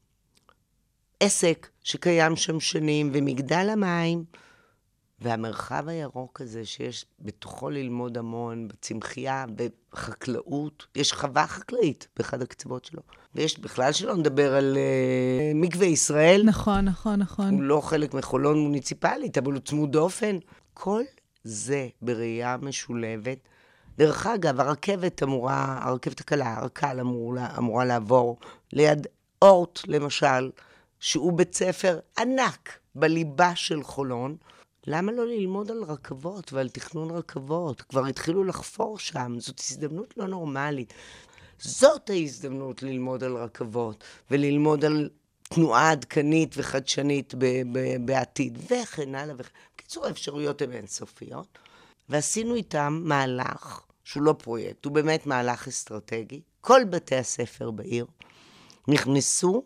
Speaker 4: עסק שקיים שם שנים, ומגדל המים, והמרחב הירוק הזה שיש בתוכו ללמוד המון, בצמחייה, בחקלאות, יש חווה חקלאית באחד הקצוות שלו. ויש בכלל שלא נדבר על uh, מקווה ישראל.
Speaker 3: נכון, נכון, נכון.
Speaker 4: הוא לא חלק מחולון מוניציפלית, אבל הוא צמוד דופן. כל זה בראייה משולבת. דרך אגב, הרכבת אמורה, הרכבת הקלה, הרק"ל אמורה, אמורה לעבור ליד אורט, למשל, שהוא בית ספר ענק בליבה של חולון. למה לא ללמוד על רכבות ועל תכנון רכבות? כבר התחילו לחפור שם, זאת הזדמנות לא נורמלית. זאת ההזדמנות ללמוד על רכבות, וללמוד על תנועה עדכנית וחדשנית ב- ב- בעתיד, וכן הלאה וכן. בקיצור, האפשרויות הן אינסופיות, ועשינו איתם מהלך, שהוא לא פרויקט, הוא באמת מהלך אסטרטגי. כל בתי הספר בעיר נכנסו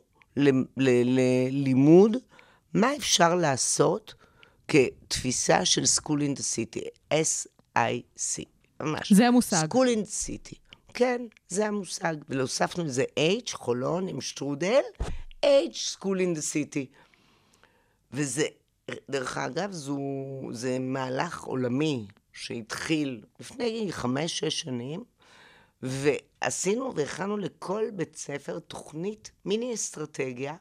Speaker 4: ללימוד מה אפשר לעשות כתפיסה של School in the City, אס איי סי, ממש.
Speaker 3: זה המושג.
Speaker 4: School in the City, כן, זה המושג. ולהוספנו לזה H, חולון עם שטרודל, H, School in the City. וזה, דרך אגב, זו, זה מהלך עולמי שהתחיל לפני חמש, שש שנים, ועשינו והכנו לכל בית ספר תוכנית מיני אסטרטגיה,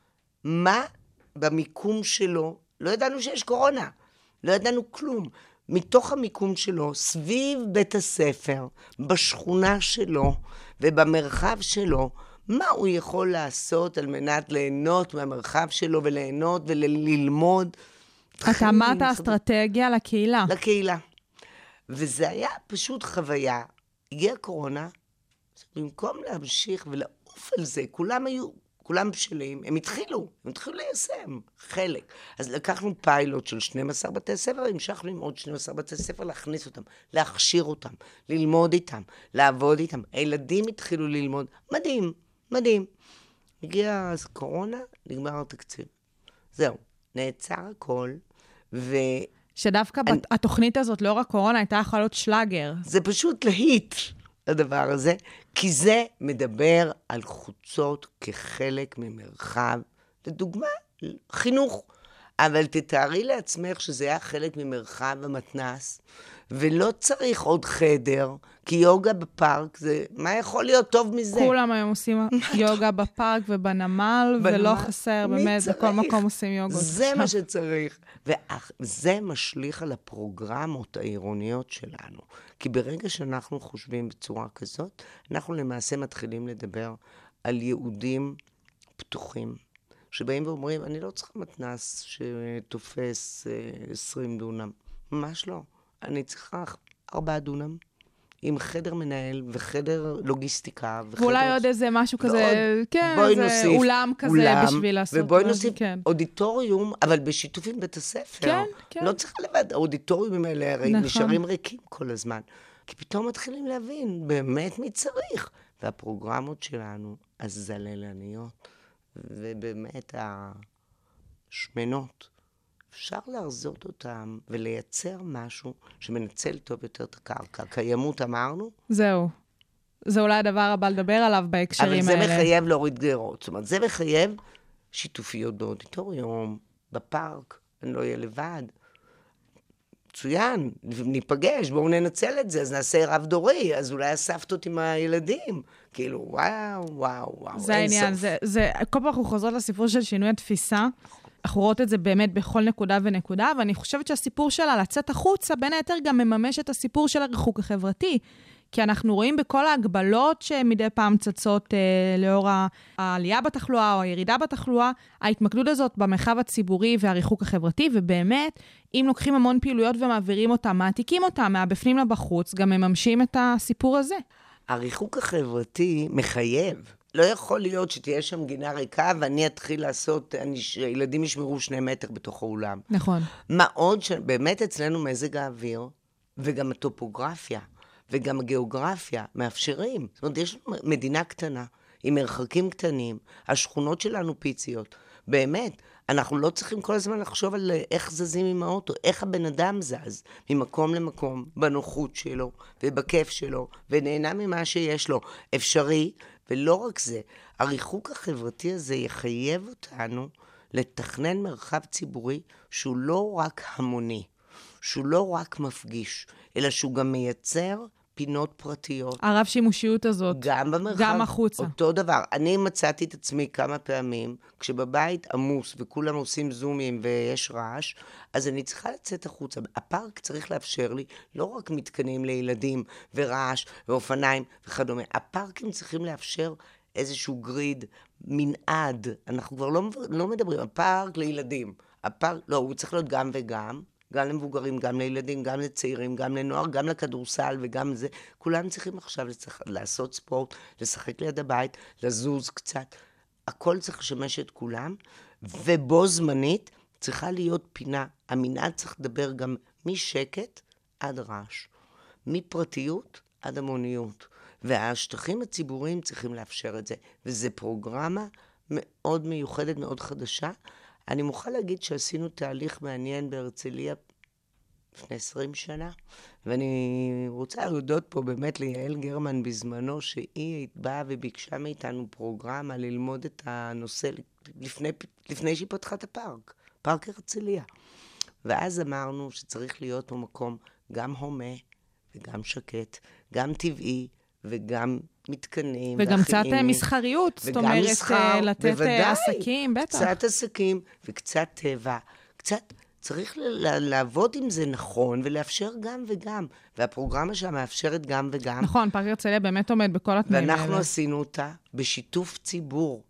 Speaker 4: מה במיקום שלו, לא ידענו שיש קורונה, לא ידענו כלום. מתוך המיקום שלו, סביב בית הספר, בשכונה שלו ובמרחב שלו, מה הוא יכול לעשות על מנת ליהנות מהמרחב שלו וליהנות וללמוד.
Speaker 3: אתה אמרת אסטרטגיה לקהילה.
Speaker 4: לקהילה. וזה היה פשוט חוויה. הגיעה קורונה, במקום להמשיך ולעוף על זה, כולם היו... כולם בשלים, הם התחילו, הם התחילו ליישם, חלק. אז לקחנו פיילוט של שנים עשר בתי ספר, המשכנו עם עוד שנים עשר בתי ספר, להכניס אותם, להכשיר אותם, ללמוד איתם, לעבוד איתם. הילדים התחילו ללמוד, מדהים, מדהים. הגיעה קורונה, נגמר התקציב. זהו, נעצר הכל, ו...
Speaker 3: שדווקא אני... התוכנית הזאת, לאור הקורונה, הייתה יכולה להיות שלאגר.
Speaker 4: זה פשוט להיט. הדבר הזה, כי זה מדבר על חוצות כחלק ממרחב, לדוגמה, חינוך. אבל תתארי לעצמך שזה היה חלק ממרחב המתנ"ס, ולא צריך עוד חדר, כי יוגה בפארק, זה, מה יכול להיות טוב מזה?
Speaker 3: כולם היום עושים יוגה בפארק ובנמל, ולא חסר, באמת, בכל מקום עושים יוגות.
Speaker 4: זה מה שצריך. וזה משליך על הפרוגרמות העירוניות שלנו. כי ברגע שאנחנו חושבים בצורה כזאת, אנחנו למעשה מתחילים לדבר על יהודים פתוחים, שבאים ואומרים, אני לא צריכה מתנ"ס שתופס עשרים דונם. ממש לא. אני צריכה ארבעה דונם, עם חדר מנהל וחדר לוגיסטיקה.
Speaker 3: ואולי עוד איזה משהו כזה, כן, איזה אולם כזה בשביל לעשות.
Speaker 4: ובואי נוסיף אודיטוריום, אבל בשיתוף עם בית הספר.
Speaker 3: כן, כן.
Speaker 4: לא צריך לבד, האודיטוריומים האלה הרי נשארים ריקים כל הזמן. כי פתאום מתחילים להבין באמת מי צריך. והפרוגרמות שלנו, הזללניות, ובאמת השמנות, אפשר להרזות אותם ולייצר משהו שמנצל טוב יותר את הקרקע. קיימות אמרנו?
Speaker 3: זהו. זה אולי הדבר הבא לדבר עליו בהקשרים האלה.
Speaker 4: אבל זה מחייב להוריד גדרות. זאת אומרת, זה מחייב שיתופיות באודיטוריום, בפארק, אני לא אהיה לבד. מצוין, ניפגש, בואו ננצל את זה, אז נעשה רב דורי, אז אולי הסבתות עם הילדים. כאילו, וואו, וואו, וואו,
Speaker 3: זה העניין, זה, זה, כל פעם אנחנו חוזרות לסיפור של שינוי התפיסה, אנחנו רואות את זה באמת בכל נקודה ונקודה, ואני חושבת שהסיפור שלה לצאת החוצה, בין היתר גם מממש את הסיפור של הריחוק החברתי, כי אנחנו רואים בכל ההגבלות שמדי פעם צצות אה, לאור העלייה בתחלואה או הירידה בתחלואה, ההתמקדות הזאת במרחב הציבורי והריחוק החברתי, ובאמת, אם לוקחים המון פעילויות ומעבירים אותם, מעתיקים אותם מהבפנים לבחוץ, גם מממשים את הסיפור הזה.
Speaker 4: הריחוק החברתי מחייב. לא יכול להיות שתהיה שם גינה ריקה, ואני אתחיל לעשות, ילדים ישמרו שני מטר בתוך האולם.
Speaker 3: נכון.
Speaker 4: מה עוד שבאמת אצלנו מזג האוויר, וגם הטופוגרפיה, וגם הגיאוגרפיה מאפשרים. זאת אומרת, יש לנו מדינה קטנה, עם מרחקים קטנים, השכונות שלנו פיציות. באמת, אנחנו לא צריכים כל הזמן לחשוב על איך זזים עם האוטו, איך הבן אדם זז ממקום למקום, בנוחות שלו ובכיף שלו, ונהנה ממה שיש לו. אפשרי, ולא רק זה, הריחוק החברתי הזה יחייב אותנו לתכנן מרחב ציבורי שהוא לא רק המוני, שהוא לא רק מפגיש, אלא שהוא גם מייצר פינות פרטיות.
Speaker 3: הרב שימושיות הזאת.
Speaker 4: גם במרחב.
Speaker 3: גם החוצה.
Speaker 4: אותו דבר. אני מצאתי את עצמי כמה פעמים, כשבבית עמוס וכולם עושים זומים ויש רעש, אז אני צריכה לצאת החוצה. הפארק צריך לאפשר לי לא רק מתקנים לילדים ורעש ואופניים וכדומה. הפארקים צריכים לאפשר איזשהו גריד, מנעד. אנחנו כבר לא, לא מדברים. הפארק לילדים. הפארק, לא, הוא צריך להיות גם וגם. גם למבוגרים, גם לילדים, גם לצעירים, גם לנוער, גם לכדורסל וגם זה. כולם צריכים עכשיו לצח... לעשות ספורט, לשחק ליד הבית, לזוז קצת. הכל צריך לשמש את כולם, ובו זמנית צריכה להיות פינה. המנעד צריך לדבר גם משקט עד רעש, מפרטיות עד המוניות. והשטחים הציבוריים צריכים לאפשר את זה. וזו פרוגרמה מאוד מיוחדת, מאוד חדשה. אני מוכרחה להגיד שעשינו תהליך מעניין בהרצליה לפני עשרים שנה, ואני רוצה להודות פה באמת ליעל גרמן בזמנו, שהיא באה וביקשה מאיתנו פרוגרמה ללמוד את הנושא לפני, לפני שהיא פתחה את הפארק, פארק הרצליה. ואז אמרנו שצריך להיות פה מקום גם הומה וגם שקט, גם טבעי וגם מתקנים.
Speaker 3: וגם קצת מסחריות, זאת אומרת, מסחר, לתת בוודאי, עסקים, בטח.
Speaker 4: קצת עסקים וקצת טבע. קצת צריך לעבוד עם זה נכון ולאפשר גם וגם. והפרוגרמה שם מאפשרת גם וגם.
Speaker 3: נכון, פארק הרצליה באמת עומד בכל התנאים האלה.
Speaker 4: ואנחנו עשינו אותה בשיתוף ציבור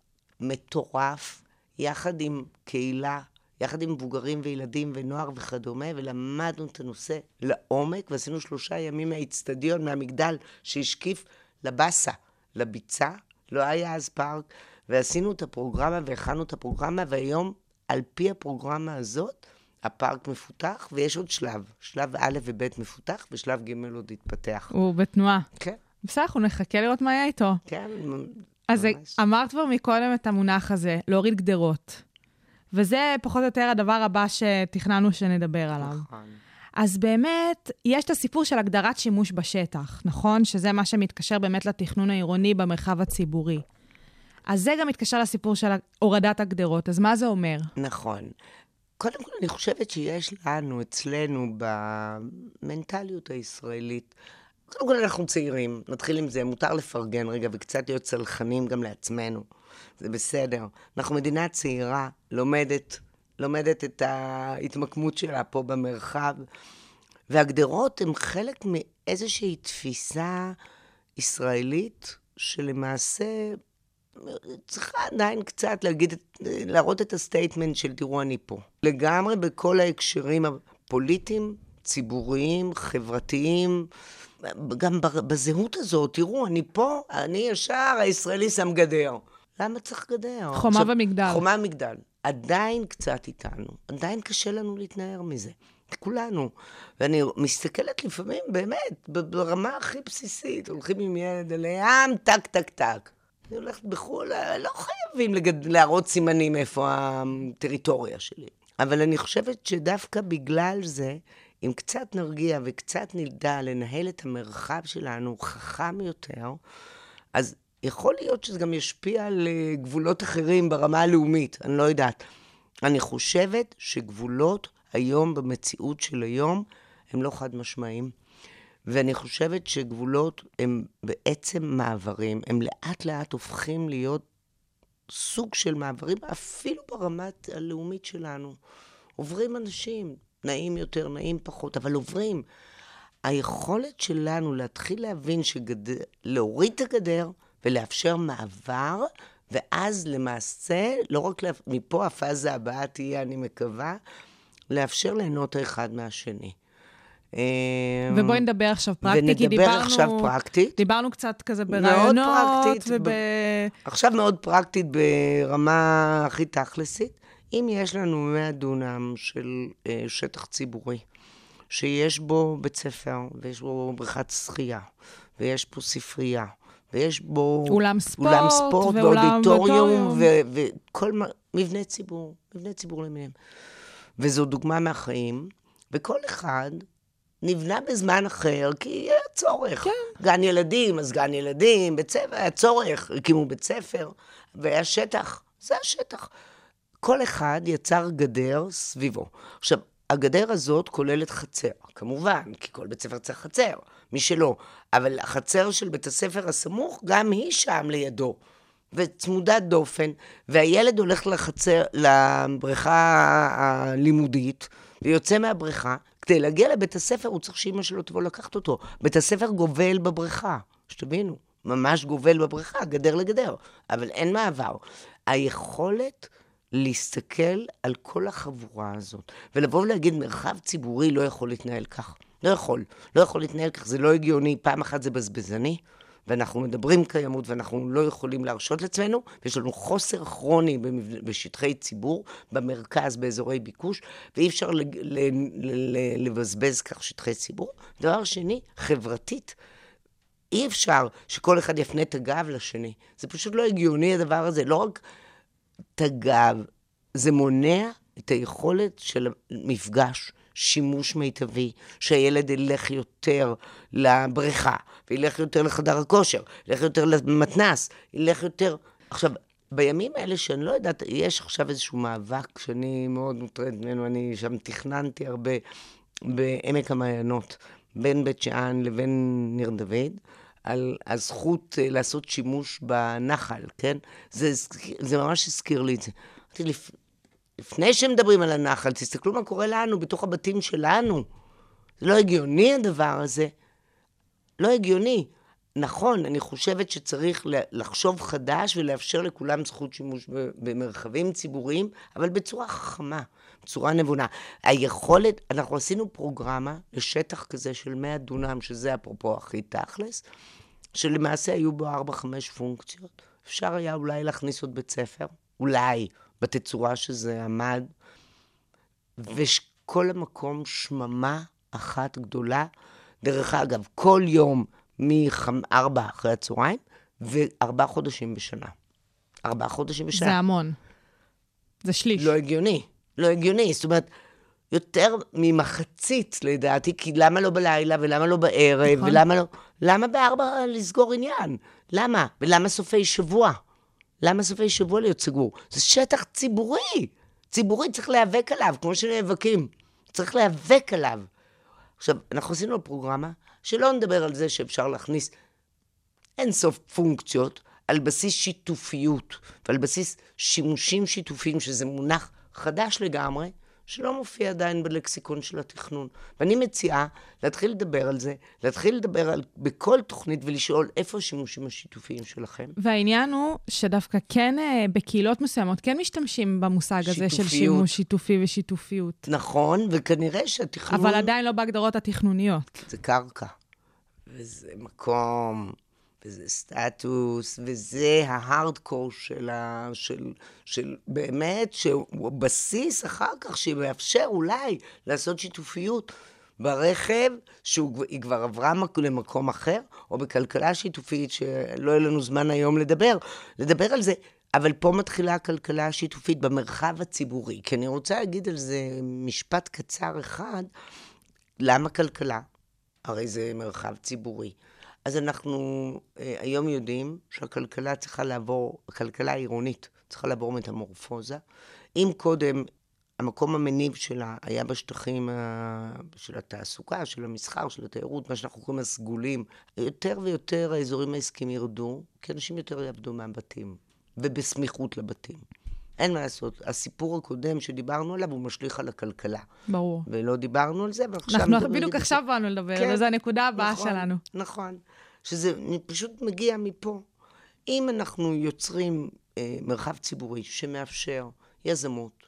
Speaker 4: מטורף, יחד עם קהילה, יחד עם מבוגרים וילדים ונוער וכדומה, ולמדנו את הנושא לעומק, ועשינו שלושה ימים מהאצטדיון, מהמגדל, שהשקיף לבסה, לביצה, לא היה אז פארק, ועשינו את הפרוגרמה והכנו את הפרוגרמה, והיום, על פי הפרוגרמה הזאת, הפארק מפותח, ויש עוד שלב, שלב א' וב' מפותח, ושלב ג' עוד התפתח.
Speaker 3: הוא בתנועה.
Speaker 4: כן.
Speaker 3: בסדר, אנחנו נחכה לראות מה יהיה איתו.
Speaker 4: כן.
Speaker 3: אז ממש. אמרת כבר מקודם את המונח הזה, להוריד גדרות. וזה פחות או יותר הדבר הבא שתכננו שנדבר עליו.
Speaker 4: נכון.
Speaker 3: אז באמת, יש את הסיפור של הגדרת שימוש בשטח, נכון? שזה מה שמתקשר באמת לתכנון העירוני במרחב הציבורי. אז זה גם מתקשר לסיפור של הורדת הגדרות. אז מה זה אומר?
Speaker 4: נכון. קודם כל, אני חושבת שיש לנו, אצלנו, במנטליות הישראלית, קודם כל אנחנו צעירים, נתחיל עם זה, מותר לפרגן רגע וקצת להיות צלחנים גם לעצמנו. זה בסדר. אנחנו מדינה צעירה, לומדת, לומדת את ההתמקמות שלה פה במרחב, והגדרות הן חלק מאיזושהי תפיסה ישראלית, שלמעשה צריכה עדיין קצת להגיד, להראות את הסטייטמנט של תראו אני פה. לגמרי בכל ההקשרים הפוליטיים, ציבוריים, חברתיים, גם בזהות הזאת, תראו, אני פה, אני ישר, הישראלי שם גדר. למה צריך גדר?
Speaker 3: חומה
Speaker 4: עכשיו,
Speaker 3: ומגדל.
Speaker 4: חומה ומגדל. עדיין קצת איתנו, עדיין קשה לנו להתנער מזה. כולנו. ואני מסתכלת לפעמים, באמת, ברמה הכי בסיסית, הולכים עם ילד אליהם, טק, טק, טק. אני הולכת בחול, לא חייבים לגד... להראות סימנים איפה הטריטוריה שלי. אבל אני חושבת שדווקא בגלל זה, אם קצת נרגיע וקצת נדע לנהל את המרחב שלנו חכם יותר, אז יכול להיות שזה גם ישפיע על גבולות אחרים ברמה הלאומית, אני לא יודעת. אני חושבת שגבולות היום, במציאות של היום, הם לא חד משמעיים. ואני חושבת שגבולות הם בעצם מעברים, הם לאט לאט הופכים להיות סוג של מעברים, אפילו ברמת הלאומית שלנו. עוברים אנשים, נעים יותר, נעים פחות, אבל עוברים. היכולת שלנו להתחיל להבין שגדר, להוריד את הגדר ולאפשר מעבר, ואז למעשה, לא רק לה... מפה הפאזה הבאה תהיה, אני מקווה, לאפשר ליהנות האחד מהשני.
Speaker 3: ובואי נדבר עכשיו פרקטית,
Speaker 4: ונדבר
Speaker 3: כי דיברנו,
Speaker 4: עכשיו פרקטית.
Speaker 3: דיברנו קצת כזה ברעיונות.
Speaker 4: מאוד פרקטית.
Speaker 3: וב...
Speaker 4: עכשיו מאוד פרקטית ברמה הכי תכלסית. אם יש לנו מאה דונם של uh, שטח ציבורי, שיש בו בית ספר, ויש בו בריכת שחייה, ויש פה ספרייה, ויש בו
Speaker 3: אולם ספורט,
Speaker 4: אולם ספורט ואודיטוריום, וכל מבנה ציבור, מבנה ציבור למיניהם. וזו דוגמה מהחיים, וכל אחד נבנה בזמן אחר, כי היה צורך. כן. גן ילדים, אז גן ילדים, בית ספר, היה צורך, הקימו בית ספר, והיה שטח, זה השטח. כל אחד יצר גדר סביבו. עכשיו, הגדר הזאת כוללת חצר, כמובן, כי כל בית ספר צריך חצר, מי שלא. אבל החצר של בית הספר הסמוך, גם היא שם לידו, וצמודת דופן, והילד הולך לחצר, לבריכה הלימודית, ויוצא מהבריכה, כדי להגיע לבית הספר, הוא צריך שאמא שלו תבוא לקחת אותו. בית הספר גובל בבריכה, שתבינו, ממש גובל בבריכה, גדר לגדר, אבל אין מעבר. היכולת להסתכל על כל החבורה הזאת, ולבוא ולהגיד, מרחב ציבורי לא יכול להתנהל כך. לא יכול, לא יכול להתנהל כך, זה לא הגיוני, פעם אחת זה בזבזני, ואנחנו מדברים קיימות, ואנחנו לא יכולים להרשות לעצמנו, ויש לנו חוסר כרוני בשטחי ציבור, במרכז, באזורי ביקוש, ואי אפשר לבזבז כך שטחי ציבור. דבר שני, חברתית, אי אפשר שכל אחד יפנה את הגב לשני. זה פשוט לא הגיוני הדבר הזה, לא רק את הגב, זה מונע את היכולת של המפגש, שימוש מיטבי, שהילד ילך יותר לבריכה, וילך יותר לחדר הכושר, ילך יותר למתנס, ילך יותר... עכשיו, בימים האלה שאני לא יודעת, יש עכשיו איזשהו מאבק שאני מאוד מוטרד ממנו, אני שם תכננתי הרבה בעמק המעיינות, בין בית שאן לבין ניר דוד, על הזכות לעשות שימוש בנחל, כן? זה, זה ממש הזכיר לי את זה. אמרתי, לפ... לפני שמדברים על הנחל, תסתכלו מה קורה לנו בתוך הבתים שלנו. זה לא הגיוני הדבר הזה. לא הגיוני. נכון, אני חושבת שצריך לחשוב חדש ולאפשר לכולם זכות שימוש במרחבים ציבוריים, אבל בצורה חכמה, בצורה נבונה. היכולת, אנחנו עשינו פרוגרמה לשטח כזה של מאה דונם, שזה אפרופו הכי תכלס, שלמעשה היו בו ארבע חמש פונקציות. אפשר היה אולי להכניס עוד בית ספר, אולי בתצורה שזה עמד, וכל המקום שממה אחת גדולה, דרך אגב, כל יום, מארבע אחרי הצהריים, וארבעה חודשים בשנה. ארבעה חודשים בשנה.
Speaker 3: זה המון. זה שליש.
Speaker 4: לא הגיוני. לא הגיוני. זאת אומרת, יותר ממחצית, לדעתי, כי למה לא בלילה, ולמה לא בערב, נכון. ולמה לא... למה בארבע לסגור עניין? למה? ולמה סופי שבוע? למה סופי שבוע להיות סגור? זה שטח ציבורי. ציבורי צריך להיאבק עליו, כמו שנאבקים. צריך להיאבק עליו. עכשיו, אנחנו עשינו לפרוגרמה, שלא נדבר על זה שאפשר להכניס אין סוף פונקציות על בסיס שיתופיות, ועל בסיס שימושים שיתופיים, שזה מונח חדש לגמרי, שלא מופיע עדיין בלקסיקון של התכנון. ואני מציעה להתחיל לדבר על זה, להתחיל לדבר על, בכל תוכנית ולשאול איפה השימושים השיתופיים שלכם.
Speaker 3: והעניין הוא שדווקא כן, בקהילות מסוימות, כן משתמשים במושג הזה של שימוש שיתופי ושיתופיות. נכון,
Speaker 4: וכנראה שהתכנון...
Speaker 3: אבל עדיין לא בהגדרות התכנוניות.
Speaker 4: זה קרקע, וזה מקום... וזה סטטוס, וזה ההארדקור של, ה, של, של באמת, שהוא בסיס אחר כך, שמאפשר אולי לעשות שיתופיות ברכב, שהיא כבר עברה למקום אחר, או בכלכלה שיתופית, שלא יהיה לנו זמן היום לדבר, לדבר על זה. אבל פה מתחילה הכלכלה השיתופית במרחב הציבורי, כי אני רוצה להגיד על זה משפט קצר אחד, למה כלכלה? הרי זה מרחב ציבורי. אז אנחנו אה, היום יודעים שהכלכלה צריכה לעבור, הכלכלה העירונית צריכה לעבור מטמורפוזה. אם קודם המקום המניב שלה היה בשטחים ה... של התעסוקה, של המסחר, של התיירות, מה שאנחנו קוראים הסגולים, יותר ויותר האזורים העסקיים ירדו, כי אנשים יותר יעבדו מהבתים, ובסמיכות לבתים. אין מה לעשות. הסיפור הקודם שדיברנו עליו, הוא משליך על הכלכלה.
Speaker 3: ברור.
Speaker 4: ולא דיברנו על זה,
Speaker 3: אנחנו בדיוק עכשיו באנו לדבר, כן, וזו הנקודה הבאה
Speaker 4: נכון,
Speaker 3: שלנו.
Speaker 4: נכון. שזה פשוט מגיע מפה. אם אנחנו יוצרים אה, מרחב ציבורי שמאפשר יזמות,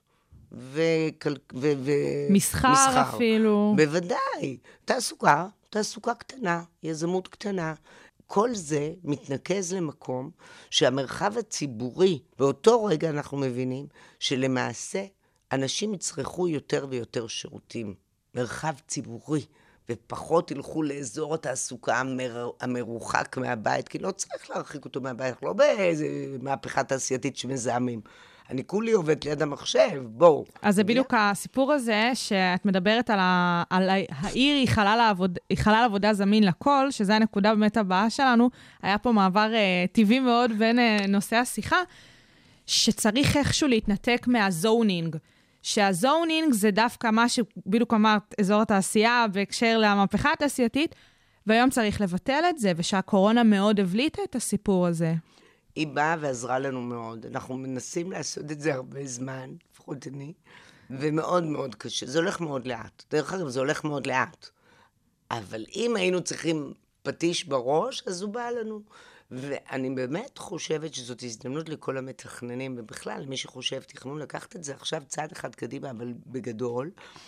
Speaker 4: וכל, ו, ו,
Speaker 3: מסחר, מסחר אפילו.
Speaker 4: בוודאי. תעסוקה, תעסוקה קטנה, יזמות קטנה. כל זה מתנקז למקום שהמרחב הציבורי, באותו רגע אנחנו מבינים שלמעשה אנשים יצרכו יותר ויותר שירותים. מרחב ציבורי. ופחות ילכו לאזור התעסוקה המר... המרוחק מהבית, כי לא צריך להרחיק אותו מהבית, לא באיזה מהפכה תעשייתית שמזהמים. אני כולי עובד ליד המחשב, בואו.
Speaker 3: אז זה בדיוק הסיפור הזה, שאת מדברת על, ה... על העיר היא חלל, העבוד... היא חלל עבודה זמין לכל, שזה הנקודה באמת הבאה שלנו. היה פה מעבר uh, טבעי מאוד בין uh, נושאי השיחה, שצריך איכשהו להתנתק מהזונינג. שהזונינג זה דווקא מה שבדיוק אמרת, אזור התעשייה בהקשר למהפכה התעשייתית, והיום צריך לבטל את זה, ושהקורונה מאוד הבליטה את הסיפור הזה.
Speaker 4: היא באה ועזרה לנו מאוד. אנחנו מנסים לעשות את זה הרבה זמן, לפחות אני, ומאוד מאוד קשה. זה הולך מאוד לאט. דרך אגב, זה הולך מאוד לאט. אבל אם היינו צריכים פטיש בראש, אז הוא בא לנו. ואני באמת חושבת שזאת הזדמנות לכל המתכננים, ובכלל, מי שחושב תכנון, לקחת את זה עכשיו צעד אחד קדימה, אבל בגדול,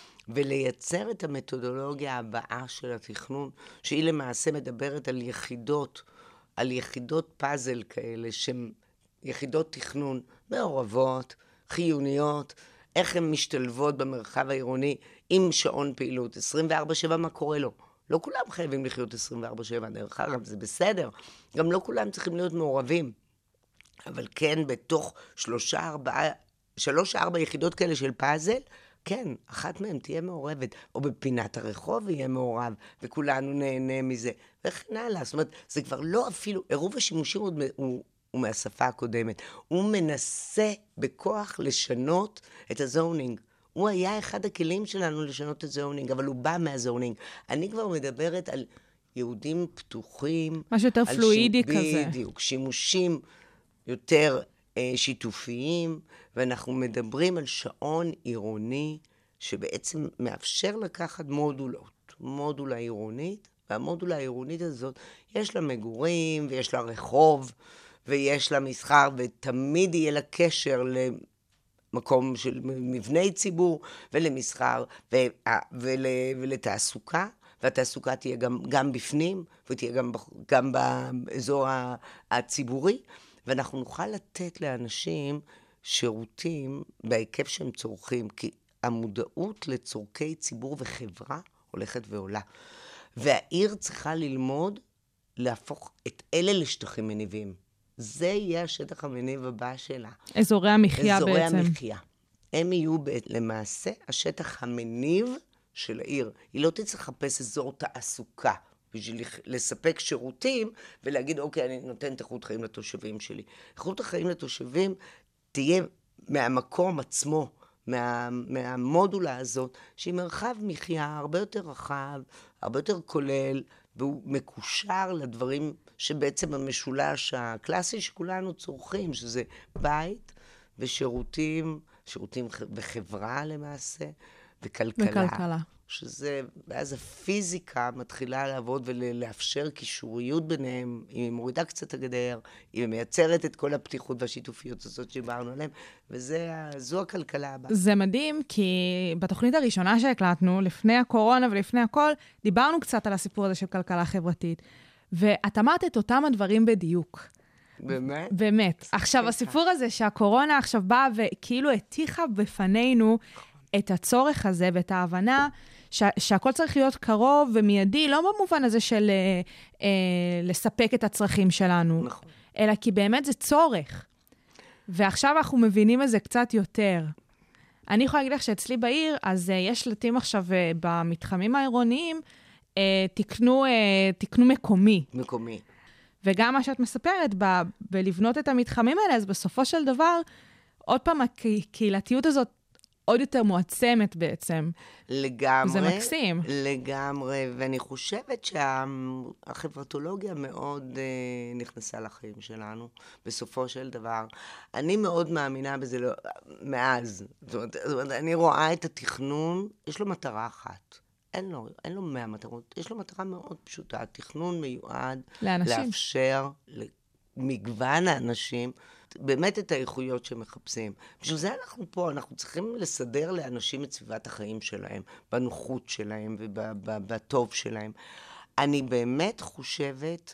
Speaker 4: ולייצר את המתודולוגיה הבאה של התכנון, שהיא למעשה מדברת על יחידות, על יחידות פאזל כאלה, שהן יחידות תכנון מעורבות, חיוניות, איך הן משתלבות במרחב העירוני עם שעון פעילות, עשרים וארבע שבע מה קורה לו. לא כולם חייבים לחיות עשרים וארבע שבע, דרך אגב, זה בסדר. גם לא כולם צריכים להיות מעורבים. אבל כן, בתוך שלושה, ארבעה, שלוש, ארבע יחידות כאלה של פאזל, כן, אחת מהן תהיה מעורבת, או בפינת הרחוב יהיה מעורב, וכולנו נהנה מזה, וכן הלאה. זאת אומרת, זה כבר לא אפילו, עירוב השימושים הוא, הוא, הוא מהשפה הקודמת. הוא מנסה בכוח לשנות את הזונינג. הוא היה אחד הכלים שלנו לשנות את זונינג, אבל הוא בא מהזונינג. אני כבר מדברת על יהודים פתוחים.
Speaker 3: משהו יותר פלואידי כזה.
Speaker 4: בדיוק, שימושים יותר אה, שיתופיים, ואנחנו מדברים על שעון עירוני, שבעצם מאפשר לקחת מודולות, מודולה עירונית, והמודולה העירונית הזאת, יש לה מגורים, ויש לה רחוב, ויש לה מסחר, ותמיד יהיה לה קשר ל... מקום של מבני ציבור ולמסחר ו- ול- ולתעסוקה, והתעסוקה תהיה גם, גם בפנים, ותהיה גם, גם באזור הציבורי, ואנחנו נוכל לתת לאנשים שירותים בהיקף שהם צורכים, כי המודעות לצורכי ציבור וחברה הולכת ועולה. והעיר צריכה ללמוד להפוך את אלה לשטחים מניבים. זה יהיה השטח המניב הבא שלה.
Speaker 3: אזורי המחיה
Speaker 4: אזורי
Speaker 3: בעצם.
Speaker 4: אזורי המחיה. הם יהיו ב- למעשה השטח המניב של העיר. היא לא תצטרך לחפש אזור תעסוקה בשביל לספק שירותים ולהגיד, אוקיי, אני נותן את איכות חיים לתושבים שלי. איכות החיים לתושבים תהיה מהמקום עצמו, מה, מהמודולה הזאת, שהיא מרחב מחיה הרבה יותר רחב, הרבה יותר כולל, והוא מקושר לדברים שבעצם המשולש הקלאסי שכולנו צורכים, שזה בית ושירותים, שירותים וחברה למעשה, וכלכלה.
Speaker 3: וכלכלה.
Speaker 4: שזה, ואז הפיזיקה מתחילה לעבוד ולאפשר קישוריות ביניהם, אם היא מורידה קצת הגדר, אם היא מייצרת את כל הפתיחות והשיתופיות הזאת שדיברנו עליהם, וזו הכלכלה הבאה.
Speaker 3: זה מדהים, כי בתוכנית הראשונה שהקלטנו, לפני הקורונה ולפני הכל, דיברנו קצת על הסיפור הזה של כלכלה חברתית, ואת אמרת את אותם הדברים בדיוק.
Speaker 4: באמת?
Speaker 3: באמת. עכשיו, הסיפור הזה שהקורונה עכשיו באה וכאילו הטיחה בפנינו את הצורך הזה ואת ההבנה שה, שהכל צריך להיות קרוב ומיידי, לא במובן הזה של אה, אה, לספק את הצרכים שלנו,
Speaker 4: נכון.
Speaker 3: אלא כי באמת זה צורך. ועכשיו אנחנו מבינים את זה קצת יותר. אני יכולה להגיד לך שאצלי בעיר, אז אה, יש שלטים עכשיו אה, במתחמים העירוניים, אה, תקנו, אה, תקנו מקומי.
Speaker 4: מקומי.
Speaker 3: וגם מה שאת מספרת, ב- בלבנות את המתחמים האלה, אז בסופו של דבר, עוד פעם, הקהילתיות הזאת עוד יותר מועצמת בעצם.
Speaker 4: לגמרי.
Speaker 3: זה מקסים.
Speaker 4: לגמרי, ואני חושבת שהחברתולוגיה מאוד uh, נכנסה לחיים שלנו, בסופו של דבר. אני מאוד מאמינה בזה לא, מאז. זאת אומרת, זאת אומרת, אני רואה את התכנון, יש לו מטרה אחת. אין לו, אין לו מאה מטרות, יש לו מטרה מאוד פשוטה. התכנון מיועד
Speaker 3: לאנשים.
Speaker 4: לאפשר למגוון האנשים, באמת את האיכויות שמחפשים. בשביל זה אנחנו פה, אנחנו צריכים לסדר לאנשים את סביבת החיים שלהם, בנוחות שלהם ובטוב שלהם. אני באמת חושבת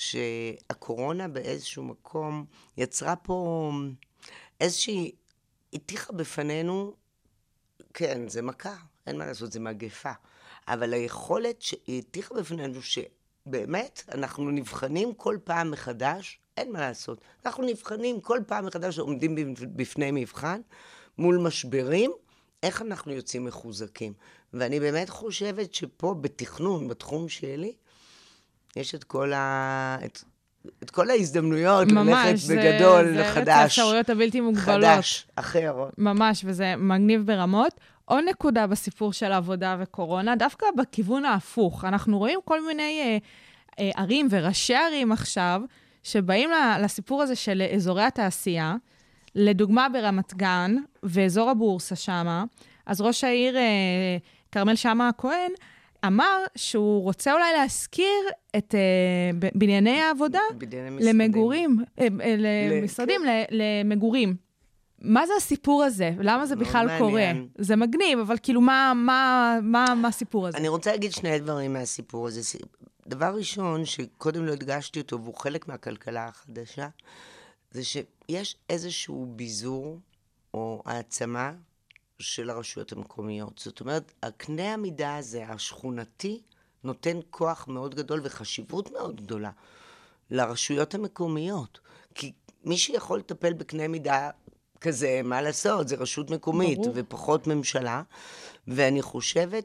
Speaker 4: שהקורונה באיזשהו מקום יצרה פה איזושהי, הטיחה בפנינו כן, זה מכה, אין מה לעשות, זה מגפה. אבל היכולת שהתיחה בפנינו שבאמת אנחנו נבחנים כל פעם מחדש, אין מה לעשות. אנחנו נבחנים כל פעם מחדש, עומדים בפני מבחן, מול משברים, איך אנחנו יוצאים מחוזקים. ואני באמת חושבת שפה בתכנון, בתחום שלי, יש את כל ה... את... את כל ההזדמנויות ללכת בגדול לחדש. ממש, זה ארץ
Speaker 3: האפשרויות הבלתי מוגבלות.
Speaker 4: חדש, אחר.
Speaker 3: ממש, וזה מגניב ברמות. עוד נקודה בסיפור של עבודה וקורונה, דווקא בכיוון ההפוך. אנחנו רואים כל מיני אה, אה, ערים וראשי ערים עכשיו, שבאים לסיפור הזה של אזורי התעשייה, לדוגמה ברמת גן, ואזור הבורסה שמה, אז ראש העיר אה, כרמל שאמה הכהן, אמר שהוא רוצה אולי להזכיר את uh, בנייני העבודה למגורים, uh, uh, למשרדים, כן. למגורים. מה זה הסיפור הזה? למה זה בכלל מעניין. קורה? זה מגניב, אבל כאילו מה, מה, מה, מה הסיפור הזה?
Speaker 4: אני רוצה להגיד שני דברים מהסיפור הזה. דבר ראשון, שקודם לא הדגשתי אותו, והוא חלק מהכלכלה החדשה, זה שיש איזשהו ביזור או העצמה, של הרשויות המקומיות. זאת אומרת, הקנה המידה הזה, השכונתי, נותן כוח מאוד גדול וחשיבות מאוד גדולה לרשויות המקומיות. כי מי שיכול לטפל בקנה מידה כזה, מה לעשות? זה רשות מקומית ברור. ופחות ממשלה. ואני חושבת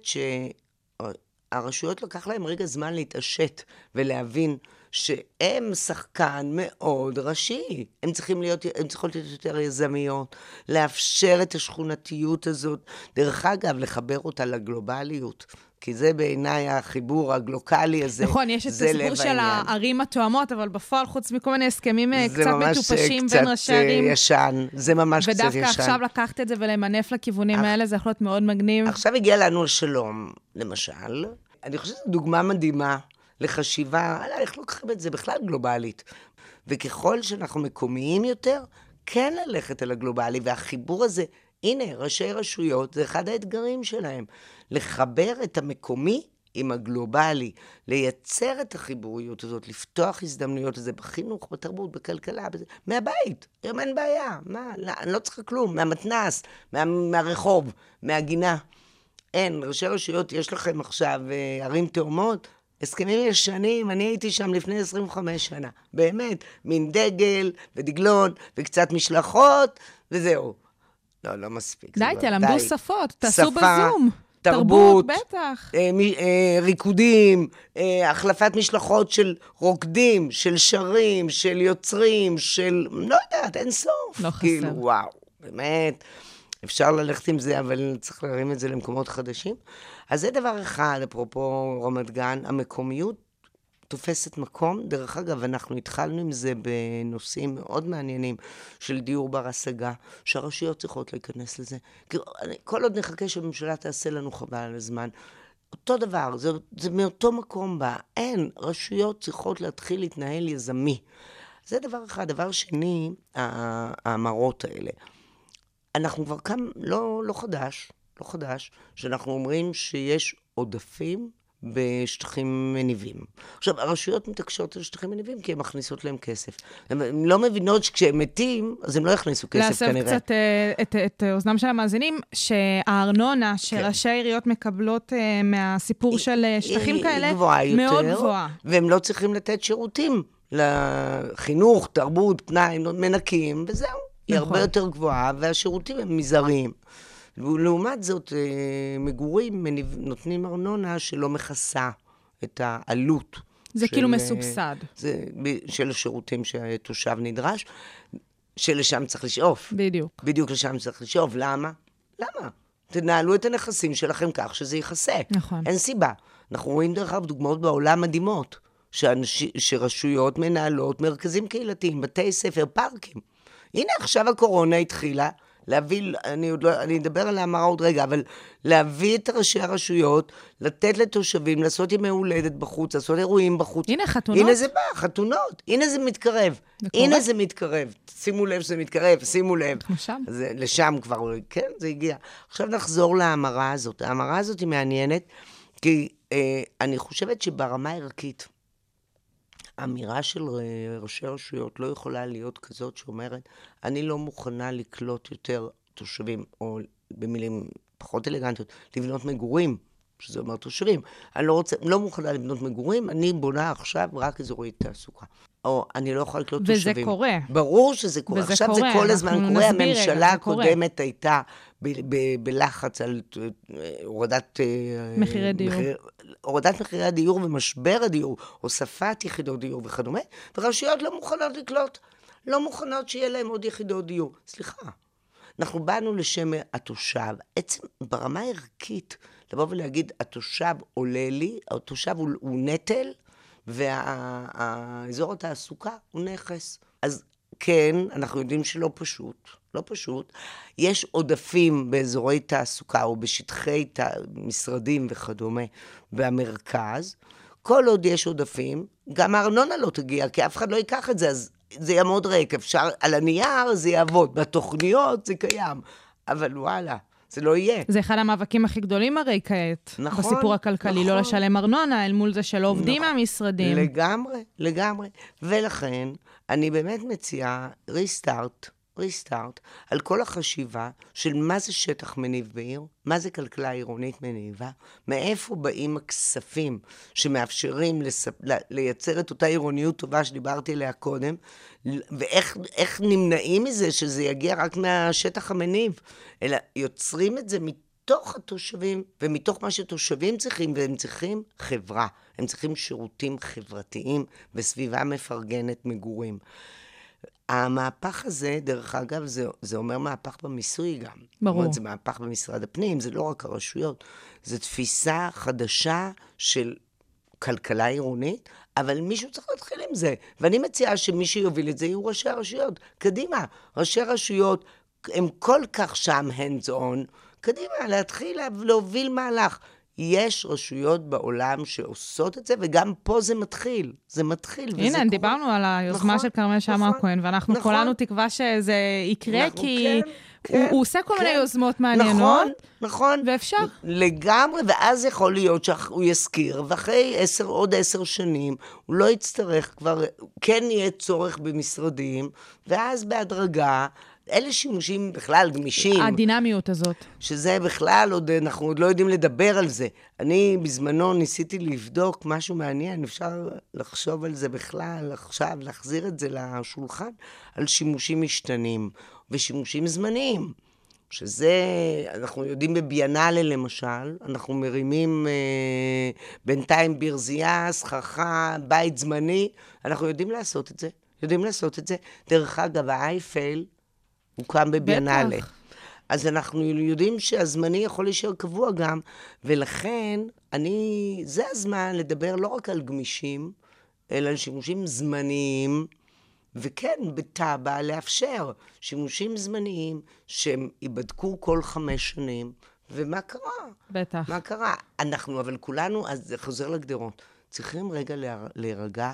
Speaker 4: שהרשויות לקח להם רגע זמן להתעשת ולהבין שהם שחקן מאוד ראשי. הם צריכים להיות, הם צריכות להיות יותר יזמיות, לאפשר את השכונתיות הזאת, דרך אגב, לחבר אותה לגלובליות, כי זה בעיניי החיבור הגלוקלי הזה.
Speaker 3: נכון, יש את הסיפור של הערים התואמות, אבל בפועל, חוץ מכל מיני הסכמים קצת מטופשים בין ראשי ערים.
Speaker 4: זה ממש קצת ישן, זה ממש קצת ישן.
Speaker 3: ודווקא עכשיו לקחת את זה ולמנף לכיוונים האלה, זה יכול להיות מאוד מגניב.
Speaker 4: עכשיו הגיע לנו שלום, למשל. אני חושבת שזו דוגמה מדהימה, לחשיבה, על איך לוקחים את זה בכלל גלובלית. וככל שאנחנו מקומיים יותר, כן ללכת אל הגלובלי, והחיבור הזה, הנה, ראשי רשויות, זה אחד האתגרים שלהם. לחבר את המקומי עם הגלובלי, לייצר את החיבוריות הזאת, לפתוח הזדמנויות הזה בחינוך, בתרבות, בכלכלה, בזה, מהבית, היום אין בעיה, מה, לא, אני לא צריכה כלום, מהמתנס, מה, מהרחוב, מהגינה. אין, ראשי רשויות, יש לכם עכשיו אה, ערים תאומות, הסכמים ישנים, אני הייתי שם לפני עשרים וחמש שנה. באמת, מין דגל ודגלון וקצת משלחות, וזהו. לא, לא מספיק.
Speaker 3: די, תלמדו שפות, תעשו בזום.
Speaker 4: תרבות,
Speaker 3: בטח.
Speaker 4: אה, אה, ריקודים, אה, החלפת משלחות של רוקדים, של שרים, של יוצרים, של, לא יודעת, אין סוף.
Speaker 3: לא חסר.
Speaker 4: כאילו, וואו, באמת. אפשר ללכת עם זה, אבל צריך להרים את זה למקומות חדשים. אז זה דבר אחד, אפרופו רמת גן, המקומיות תופסת מקום. דרך אגב, אנחנו התחלנו עם זה בנושאים מאוד מעניינים של דיור בר השגה, שהרשויות צריכות להיכנס לזה. כל עוד נחכה שהממשלה תעשה לנו חבל על הזמן. אותו דבר, זה, זה מאותו מקום בה. אין, רשויות צריכות להתחיל להתנהל יזמי. זה דבר אחד. דבר שני, האמרות האלה. אנחנו כבר כאן, לא, לא חדש, לא חדש, שאנחנו אומרים שיש עודפים בשטחים מניבים. עכשיו, הרשויות מתעקשות על שטחים מניבים, כי הן מכניסות להם כסף. הן לא מבינות שכשהם מתים, אז הם לא יכניסו כסף כנראה.
Speaker 3: להסב קצת את, את אוזנם של המאזינים, שהארנונה שראשי העיריות מקבלות מהסיפור של שטחים
Speaker 4: היא,
Speaker 3: כאלה,
Speaker 4: היא גבוהה יותר,
Speaker 3: מאוד גבוהה.
Speaker 4: והם לא צריכים לתת שירותים לחינוך, תרבות, פנאי, מנקים, וזהו. היא הרבה יותר גבוהה, והשירותים הם מזעריים. ולעומת זאת, מגורים נותנים ארנונה שלא מכסה את העלות.
Speaker 3: זה כאילו מסובסד.
Speaker 4: זה של השירותים שהתושב נדרש, שלשם צריך לשאוף.
Speaker 3: בדיוק.
Speaker 4: בדיוק לשם צריך לשאוף. למה? למה? תנהלו את הנכסים שלכם כך שזה יכסה.
Speaker 3: נכון.
Speaker 4: אין סיבה. אנחנו רואים דרך אגב דוגמאות בעולם מדהימות, שאנש... שרשויות מנהלות מרכזים קהילתיים, בתי ספר, פארקים. הנה עכשיו הקורונה התחילה, להביא, אני, עוד לא, אני אדבר על האמרה עוד רגע, אבל להביא את ראשי הרשויות, לתת לתושבים, לעשות ימי הולדת בחוץ, לעשות אירועים בחוץ.
Speaker 3: הנה חתונות.
Speaker 4: הנה זה בא, חתונות. הנה זה מתקרב. זה הנה זה מתקרב. שימו לב שזה מתקרב, שימו לב.
Speaker 3: שם.
Speaker 4: זה, לשם כבר, כן, זה הגיע. עכשיו נחזור לאמרה הזאת. האמרה הזאת היא מעניינת, כי אה, אני חושבת שברמה הערכית, האמירה של ראשי רשויות לא יכולה להיות כזאת שאומרת, אני לא מוכנה לקלוט יותר תושבים, או במילים פחות אלגנטיות, לבנות מגורים, שזה אומר תושבים. אני לא רוצה, לא מוכנה לבנות מגורים, אני בונה עכשיו רק אזורי תעסוקה. או אני לא יכולה לקלוט תושבים.
Speaker 3: וזה קורה.
Speaker 4: ברור שזה קורה.
Speaker 3: וזה
Speaker 4: עכשיו
Speaker 3: קורה.
Speaker 4: זה כל הזמן קורה. הממשלה הקודמת
Speaker 3: קורה.
Speaker 4: הייתה ב- ב- בלחץ על הורדת
Speaker 3: מחירי דיור.
Speaker 4: מחיר, הורדת מחירי הדיור ומשבר הדיור, הוספת יחידות דיור וכדומה, ורשויות לא מוכנות לקלוט, לא מוכנות שיהיה להם עוד יחידות דיור. סליחה, אנחנו באנו לשם התושב, עצם ברמה הערכית, לבוא ולהגיד, התושב עולה לי, התושב הוא, הוא נטל, והאזור התעסוקה הוא נכס. אז כן, אנחנו יודעים שלא פשוט, לא פשוט. יש עודפים באזורי תעסוקה או בשטחי ת... משרדים וכדומה במרכז. כל עוד יש עודפים, גם הארנונה לא תגיע, כי אף אחד לא ייקח את זה, אז זה יעמוד ריק. אפשר, על הנייר זה יעבוד, בתוכניות זה קיים, אבל וואלה. זה לא יהיה.
Speaker 3: זה אחד המאבקים הכי גדולים הרי כעת.
Speaker 4: נכון.
Speaker 3: בסיפור הכלכלי,
Speaker 4: נכון.
Speaker 3: לא לשלם ארנונה, אל מול זה שלא עובדים
Speaker 4: נכון.
Speaker 3: מהמשרדים.
Speaker 4: לגמרי, לגמרי. ולכן, אני באמת מציעה ריסטארט, ריסטארט, על כל החשיבה של מה זה שטח מניב בעיר, מה זה כלכלה עירונית מניבה, מאיפה באים הכספים שמאפשרים לספ... לייצר את אותה עירוניות טובה שדיברתי עליה קודם, ואיך איך נמנעים מזה שזה יגיע רק מהשטח המניב, אלא יוצרים את זה מתוך התושבים, ומתוך מה שתושבים צריכים, והם צריכים חברה, הם צריכים שירותים חברתיים וסביבה מפרגנת מגורים. המהפך הזה, דרך אגב, זה, זה אומר מהפך במיסוי גם.
Speaker 3: ברור.
Speaker 4: אומרת, זה מהפך במשרד הפנים, זה לא רק הרשויות. זו תפיסה חדשה של כלכלה עירונית, אבל מישהו צריך להתחיל עם זה. ואני מציעה שמי שיוביל את זה יהיו ראשי הרשויות. קדימה, ראשי הרשויות הם כל כך שם hands on, קדימה, להתחיל להוביל מהלך. יש רשויות בעולם שעושות את זה, וגם פה זה מתחיל. זה מתחיל.
Speaker 3: הנה, דיברנו על היוזמה של כרמל שאמה הכהן, ואנחנו כולנו תקווה שזה יקרה, כי הוא עושה כל מיני יוזמות מעניינות.
Speaker 4: נכון, נכון.
Speaker 3: ואפשר.
Speaker 4: לגמרי, ואז יכול להיות שהוא יזכיר, ואחרי עשר, עוד עשר שנים, הוא לא יצטרך כבר, כן יהיה צורך במשרדים, ואז בהדרגה, אלה שימושים בכלל גמישים.
Speaker 3: הדינמיות הזאת.
Speaker 4: שזה בכלל עוד, אנחנו עוד לא יודעים לדבר על זה. אני בזמנו ניסיתי לבדוק משהו מעניין, אפשר לחשוב על זה בכלל, עכשיו להחזיר את זה לשולחן, על שימושים משתנים ושימושים זמניים. שזה, אנחנו יודעים בביאנלה למשל, אנחנו מרימים אה, בינתיים ברזייה, סככה, בית זמני, אנחנו יודעים לעשות את זה, יודעים לעשות את זה. דרך אגב, האייפל, הוא קם בביאנלה. אז אנחנו יודעים שהזמני יכול להישאר קבוע גם, ולכן אני, זה הזמן לדבר לא רק על גמישים, אלא על שימושים זמניים, וכן, בטאבה לאפשר שימושים זמניים שהם ייבדקו כל חמש שנים, ומה קרה?
Speaker 3: בטח.
Speaker 4: מה קרה? אנחנו, אבל כולנו, אז זה חוזר לגדרות, צריכים רגע להירגע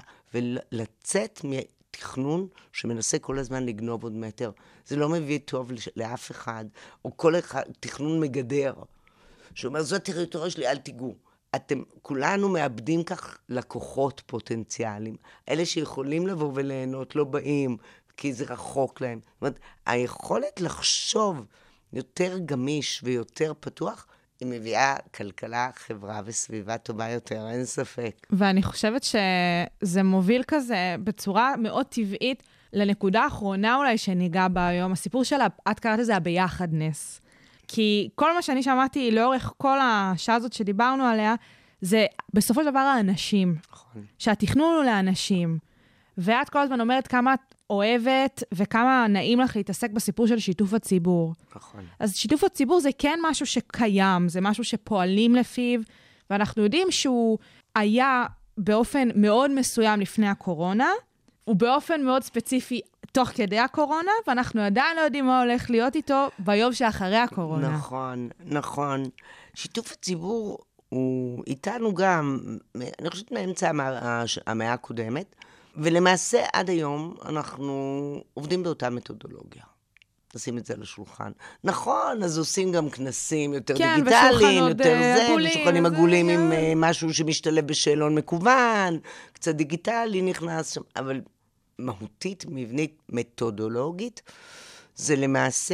Speaker 4: ולצאת מתכנון שמנסה כל הזמן לגנוב עוד מטר. זה לא מביא טוב לאף אחד, או כל אחד, תכנון מגדר, שאומר, זו הטריטוריה שלי, אל תיגעו. אתם, כולנו מאבדים כך לקוחות פוטנציאליים. אלה שיכולים לבוא וליהנות לא באים, כי זה רחוק להם. זאת אומרת, היכולת לחשוב יותר גמיש ויותר פתוח, היא מביאה כלכלה, חברה וסביבה טובה יותר, אין ספק.
Speaker 3: ואני חושבת שזה מוביל כזה בצורה מאוד טבעית לנקודה האחרונה אולי שניגע בה היום, הסיפור שלה, את קראת לזה הביחדנס. כי כל מה שאני שמעתי לאורך כל השעה הזאת שדיברנו עליה, זה בסופו של דבר האנשים. נכון. שהתכנון הוא לאנשים. ואת כל הזמן אומרת כמה את אוהבת וכמה נעים לך להתעסק בסיפור של שיתוף הציבור. נכון. אז שיתוף הציבור זה כן משהו שקיים, זה משהו שפועלים לפיו, ואנחנו יודעים שהוא היה באופן מאוד מסוים לפני הקורונה, ובאופן מאוד ספציפי תוך כדי הקורונה, ואנחנו עדיין לא יודעים מה הולך להיות איתו ביום שאחרי הקורונה.
Speaker 4: נכון, נכון. שיתוף הציבור הוא איתנו גם, אני חושבת מאמצע המאה הקודמת, ולמעשה עד היום אנחנו עובדים באותה מתודולוגיה. נשים את זה על השולחן. נכון, אז עושים גם כנסים יותר כן, דיגיטליים, יותר זה, ושולחנים עגולים עם uh, משהו שמשתלב בשאלון מקוון, קצת דיגיטלי נכנס שם, אבל מהותית, מבנית, מתודולוגית, זה למעשה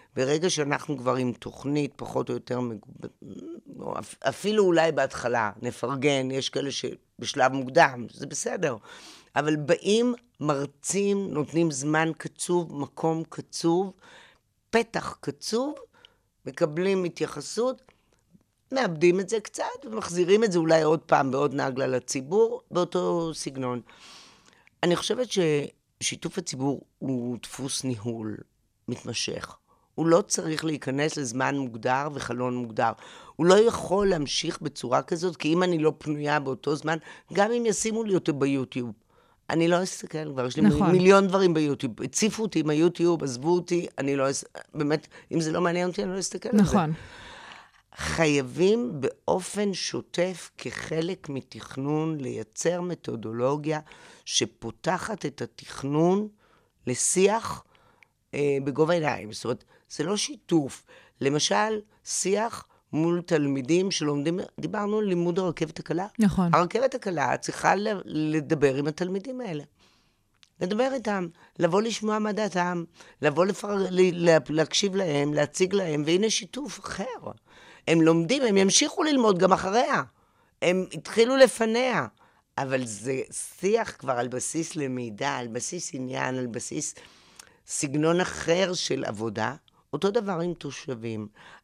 Speaker 4: ברגע שאנחנו כבר עם תוכנית פחות או יותר, אפילו אולי בהתחלה, נפרגן, יש כאלה שבשלב מוקדם, זה בסדר. אבל באים מרצים, נותנים זמן קצוב, מקום קצוב, פתח קצוב, מקבלים התייחסות, מאבדים את זה קצת, ומחזירים את זה אולי עוד פעם בעוד נגלה לציבור, באותו סגנון. אני חושבת ששיתוף הציבור הוא דפוס ניהול מתמשך. הוא לא צריך להיכנס לזמן מוגדר וחלון מוגדר. הוא לא יכול להמשיך בצורה כזאת, כי אם אני לא פנויה באותו זמן, גם אם ישימו לי אותו ביוטיוב. אני לא אסתכל כבר, יש לי נכון. מיליון דברים ביוטיוב. הציפו אותי עם היוטיוב, עזבו אותי, אני לא אסתכל, באמת, אם זה לא מעניין אותי, אני לא אסתכל על זה.
Speaker 3: נכון.
Speaker 4: חייבים באופן שוטף כחלק מתכנון לייצר מתודולוגיה שפותחת את התכנון לשיח אה, בגובה עיניים. זאת אומרת, זה לא שיתוף. למשל, שיח מול תלמידים שלומדים, דיברנו על לימוד הרכבת הקלה.
Speaker 3: נכון.
Speaker 4: הרכבת הקלה צריכה לדבר עם התלמידים האלה. לדבר איתם, לבוא לשמוע מה דעתם, לבוא לפר... להקשיב להם, להציג להם, והנה שיתוף אחר. הם לומדים, הם ימשיכו ללמוד גם אחריה. הם התחילו לפניה. אבל זה שיח כבר על בסיס למידע, על בסיס עניין, על בסיס סגנון אחר של עבודה. אותו דבר עם תושבים.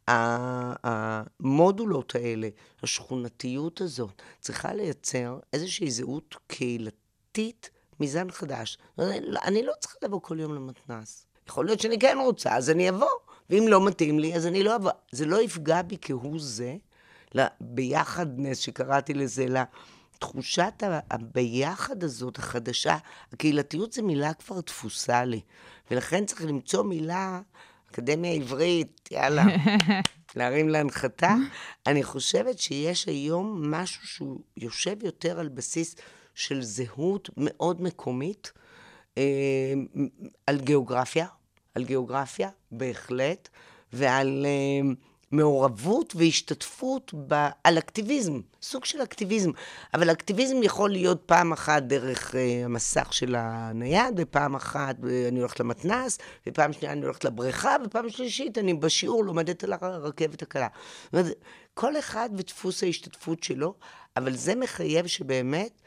Speaker 4: המודולות האלה, השכונתיות הזאת, צריכה לייצר איזושהי זהות קהילתית, מזן חדש. אני לא צריכה לבוא כל יום למתנ"ס. יכול להיות שאני כן רוצה, אז אני אבוא. ואם לא מתאים לי, אז אני לא אבוא. זה לא יפגע בי כהוא זה, ביחדנס שקראתי לזה, לתחושת הביחד הזאת, החדשה. הקהילתיות זה מילה כבר תפוסה לי. ולכן צריך למצוא מילה, אקדמיה עברית, יאללה, להרים להנחתה. אני חושבת שיש היום משהו שהוא יושב יותר על בסיס של זהות מאוד מקומית, אה, על גיאוגרפיה, על גיאוגרפיה, בהחלט, ועל אה, מעורבות והשתתפות ב, על אקטיביזם, סוג של אקטיביזם. אבל אקטיביזם יכול להיות פעם אחת דרך אה, המסך של הנייד, ופעם אחת אני הולכת למתנ"ס, ופעם שנייה אני הולכת לבריכה, ופעם שלישית אני בשיעור לומדת על הרכבת הקלה. זאת אומרת, כל אחד ודפוס ההשתתפות שלו, אבל זה מחייב שבאמת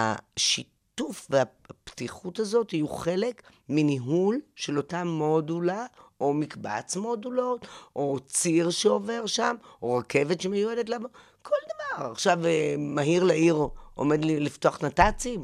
Speaker 4: השיתוף והפתיחות הזאת יהיו חלק מניהול של אותה מודולה, או מקבץ מודולות, או ציר שעובר שם, או רכבת שמיועדת לעבור, כל דבר. עכשיו, מהיר לעיר עומד לפתוח נת"צים,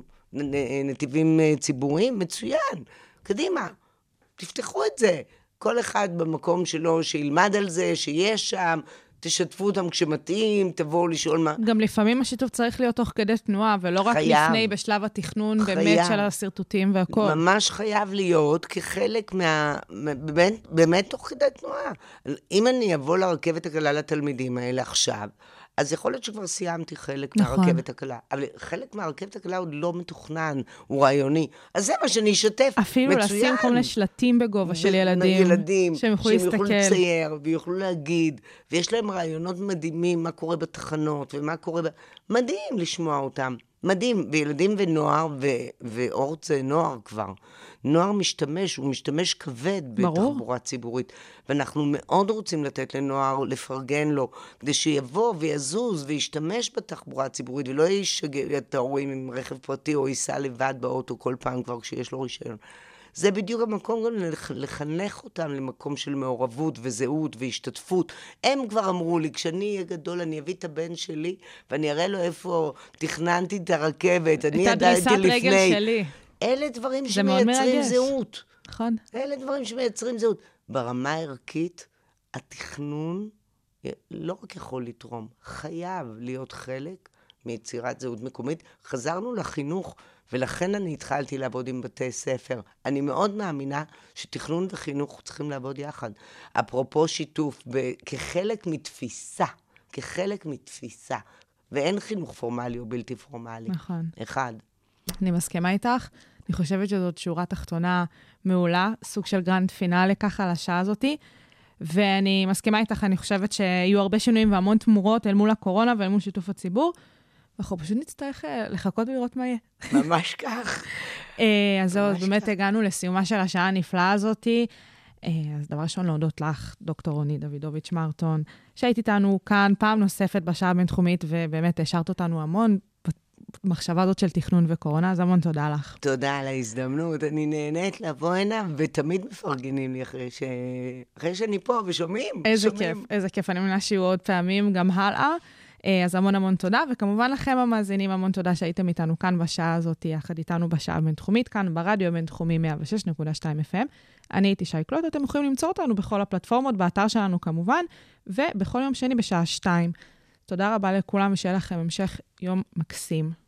Speaker 4: נתיבים ציבוריים, מצוין. קדימה, תפתחו את זה. כל אחד במקום שלו, שילמד על זה, שיש שם, תשתפו אותם כשמתאים, תבואו לשאול מה.
Speaker 3: גם לפעמים השיתוף צריך להיות תוך כדי תנועה, ולא רק חייב. לפני, בשלב התכנון, חייב. באמת של הסרטוטים והכל.
Speaker 4: ממש חייב להיות כחלק מה... באמת, באמת תוך כדי תנועה. אם אני אבוא לרכבת הקלה לתלמידים האלה עכשיו, אז יכול להיות שכבר סיימתי חלק נכון. מהרכבת הקלה. אבל חלק מהרכבת הקלה עוד לא מתוכנן, הוא רעיוני. אז זה מה שאני אשתף.
Speaker 3: אפילו מצוין. לשים כל מיני שלטים בגובה של ילדים.
Speaker 4: ילדים.
Speaker 3: שהם יכולו להסתכל.
Speaker 4: שהם יכולו לצייר ויוכלו להגיד. ויש להם רעיונות מדהימים, מה קורה בתחנות ומה קורה ב... מדהים לשמוע אותם. מדהים. וילדים ונוער, ו... ואורט זה נוער כבר. נוער משתמש, הוא משתמש כבד בתחבורה ציבורית. ואנחנו מאוד רוצים לתת לנוער, לפרגן לו, כדי שיבוא ויזוז וישתמש בתחבורה הציבורית, ולא ישגע את ההורים עם רכב פרטי, או ייסע לבד באוטו כל פעם כבר כשיש לו רישיון. זה בדיוק המקום גם לחנך אותם למקום של מעורבות וזהות והשתתפות. הם כבר אמרו לי, כשאני אהיה גדול, אני אביא את הבן שלי, ואני אראה לו איפה תכננתי את הרכבת, אני ידעתי לפני. את הדריסת רגל שלי. אלה דברים שמייצרים זהות.
Speaker 3: נכון.
Speaker 4: אלה דברים שמייצרים זהות. ברמה הערכית, התכנון לא רק יכול לתרום, חייב להיות חלק מיצירת זהות מקומית. חזרנו לחינוך, ולכן אני התחלתי לעבוד עם בתי ספר. אני מאוד מאמינה שתכנון וחינוך צריכים לעבוד יחד. אפרופו שיתוף, כחלק מתפיסה, כחלק מתפיסה, ואין חינוך פורמלי או בלתי פורמלי.
Speaker 3: נכון.
Speaker 4: אחד.
Speaker 3: אני מסכימה איתך. אני חושבת שזאת שורה תחתונה מעולה, סוג של גרנד פינאלי ככה לשעה הזאת. ואני מסכימה איתך, אני חושבת שיהיו הרבה שינויים והמון תמורות אל מול הקורונה ואל מול שיתוף הציבור. ואנחנו פשוט נצטרך לחכות ולראות מה יהיה.
Speaker 4: ממש כך.
Speaker 3: אז זהו, באמת הגענו לסיומה של השעה הנפלאה הזאת. אז דבר ראשון להודות לך, דוקטור רוני דוידוביץ' מרטון, שהיית איתנו כאן פעם נוספת בשעה הבינתחומית, ובאמת השארת אותנו המון במחשבה הזאת של תכנון וקורונה, אז המון תודה לך.
Speaker 4: תודה על ההזדמנות, אני נהנית לבוא הנה, ותמיד מפרגנים לי אחרי, ש... אחרי שאני פה ושומעים.
Speaker 3: איזה
Speaker 4: שומעים.
Speaker 3: כיף, איזה כיף, אני מבינה שיהיו עוד פעמים גם הלאה. אז המון המון תודה, וכמובן לכם המאזינים, המון תודה שהייתם איתנו כאן בשעה הזאת, יחד איתנו בשעה הבינתחומית, כאן ברדיו הבינתחומי מאה ושש נקודה שתיים אף אם. אני הייתי שי קלוט, אתם יכולים למצוא אותנו בכל הפלטפורמות, באתר שלנו כמובן, ובכל יום שני בשעה שתיים. תודה רבה לכולם, ושיהיה לכם המשך יום מקסים.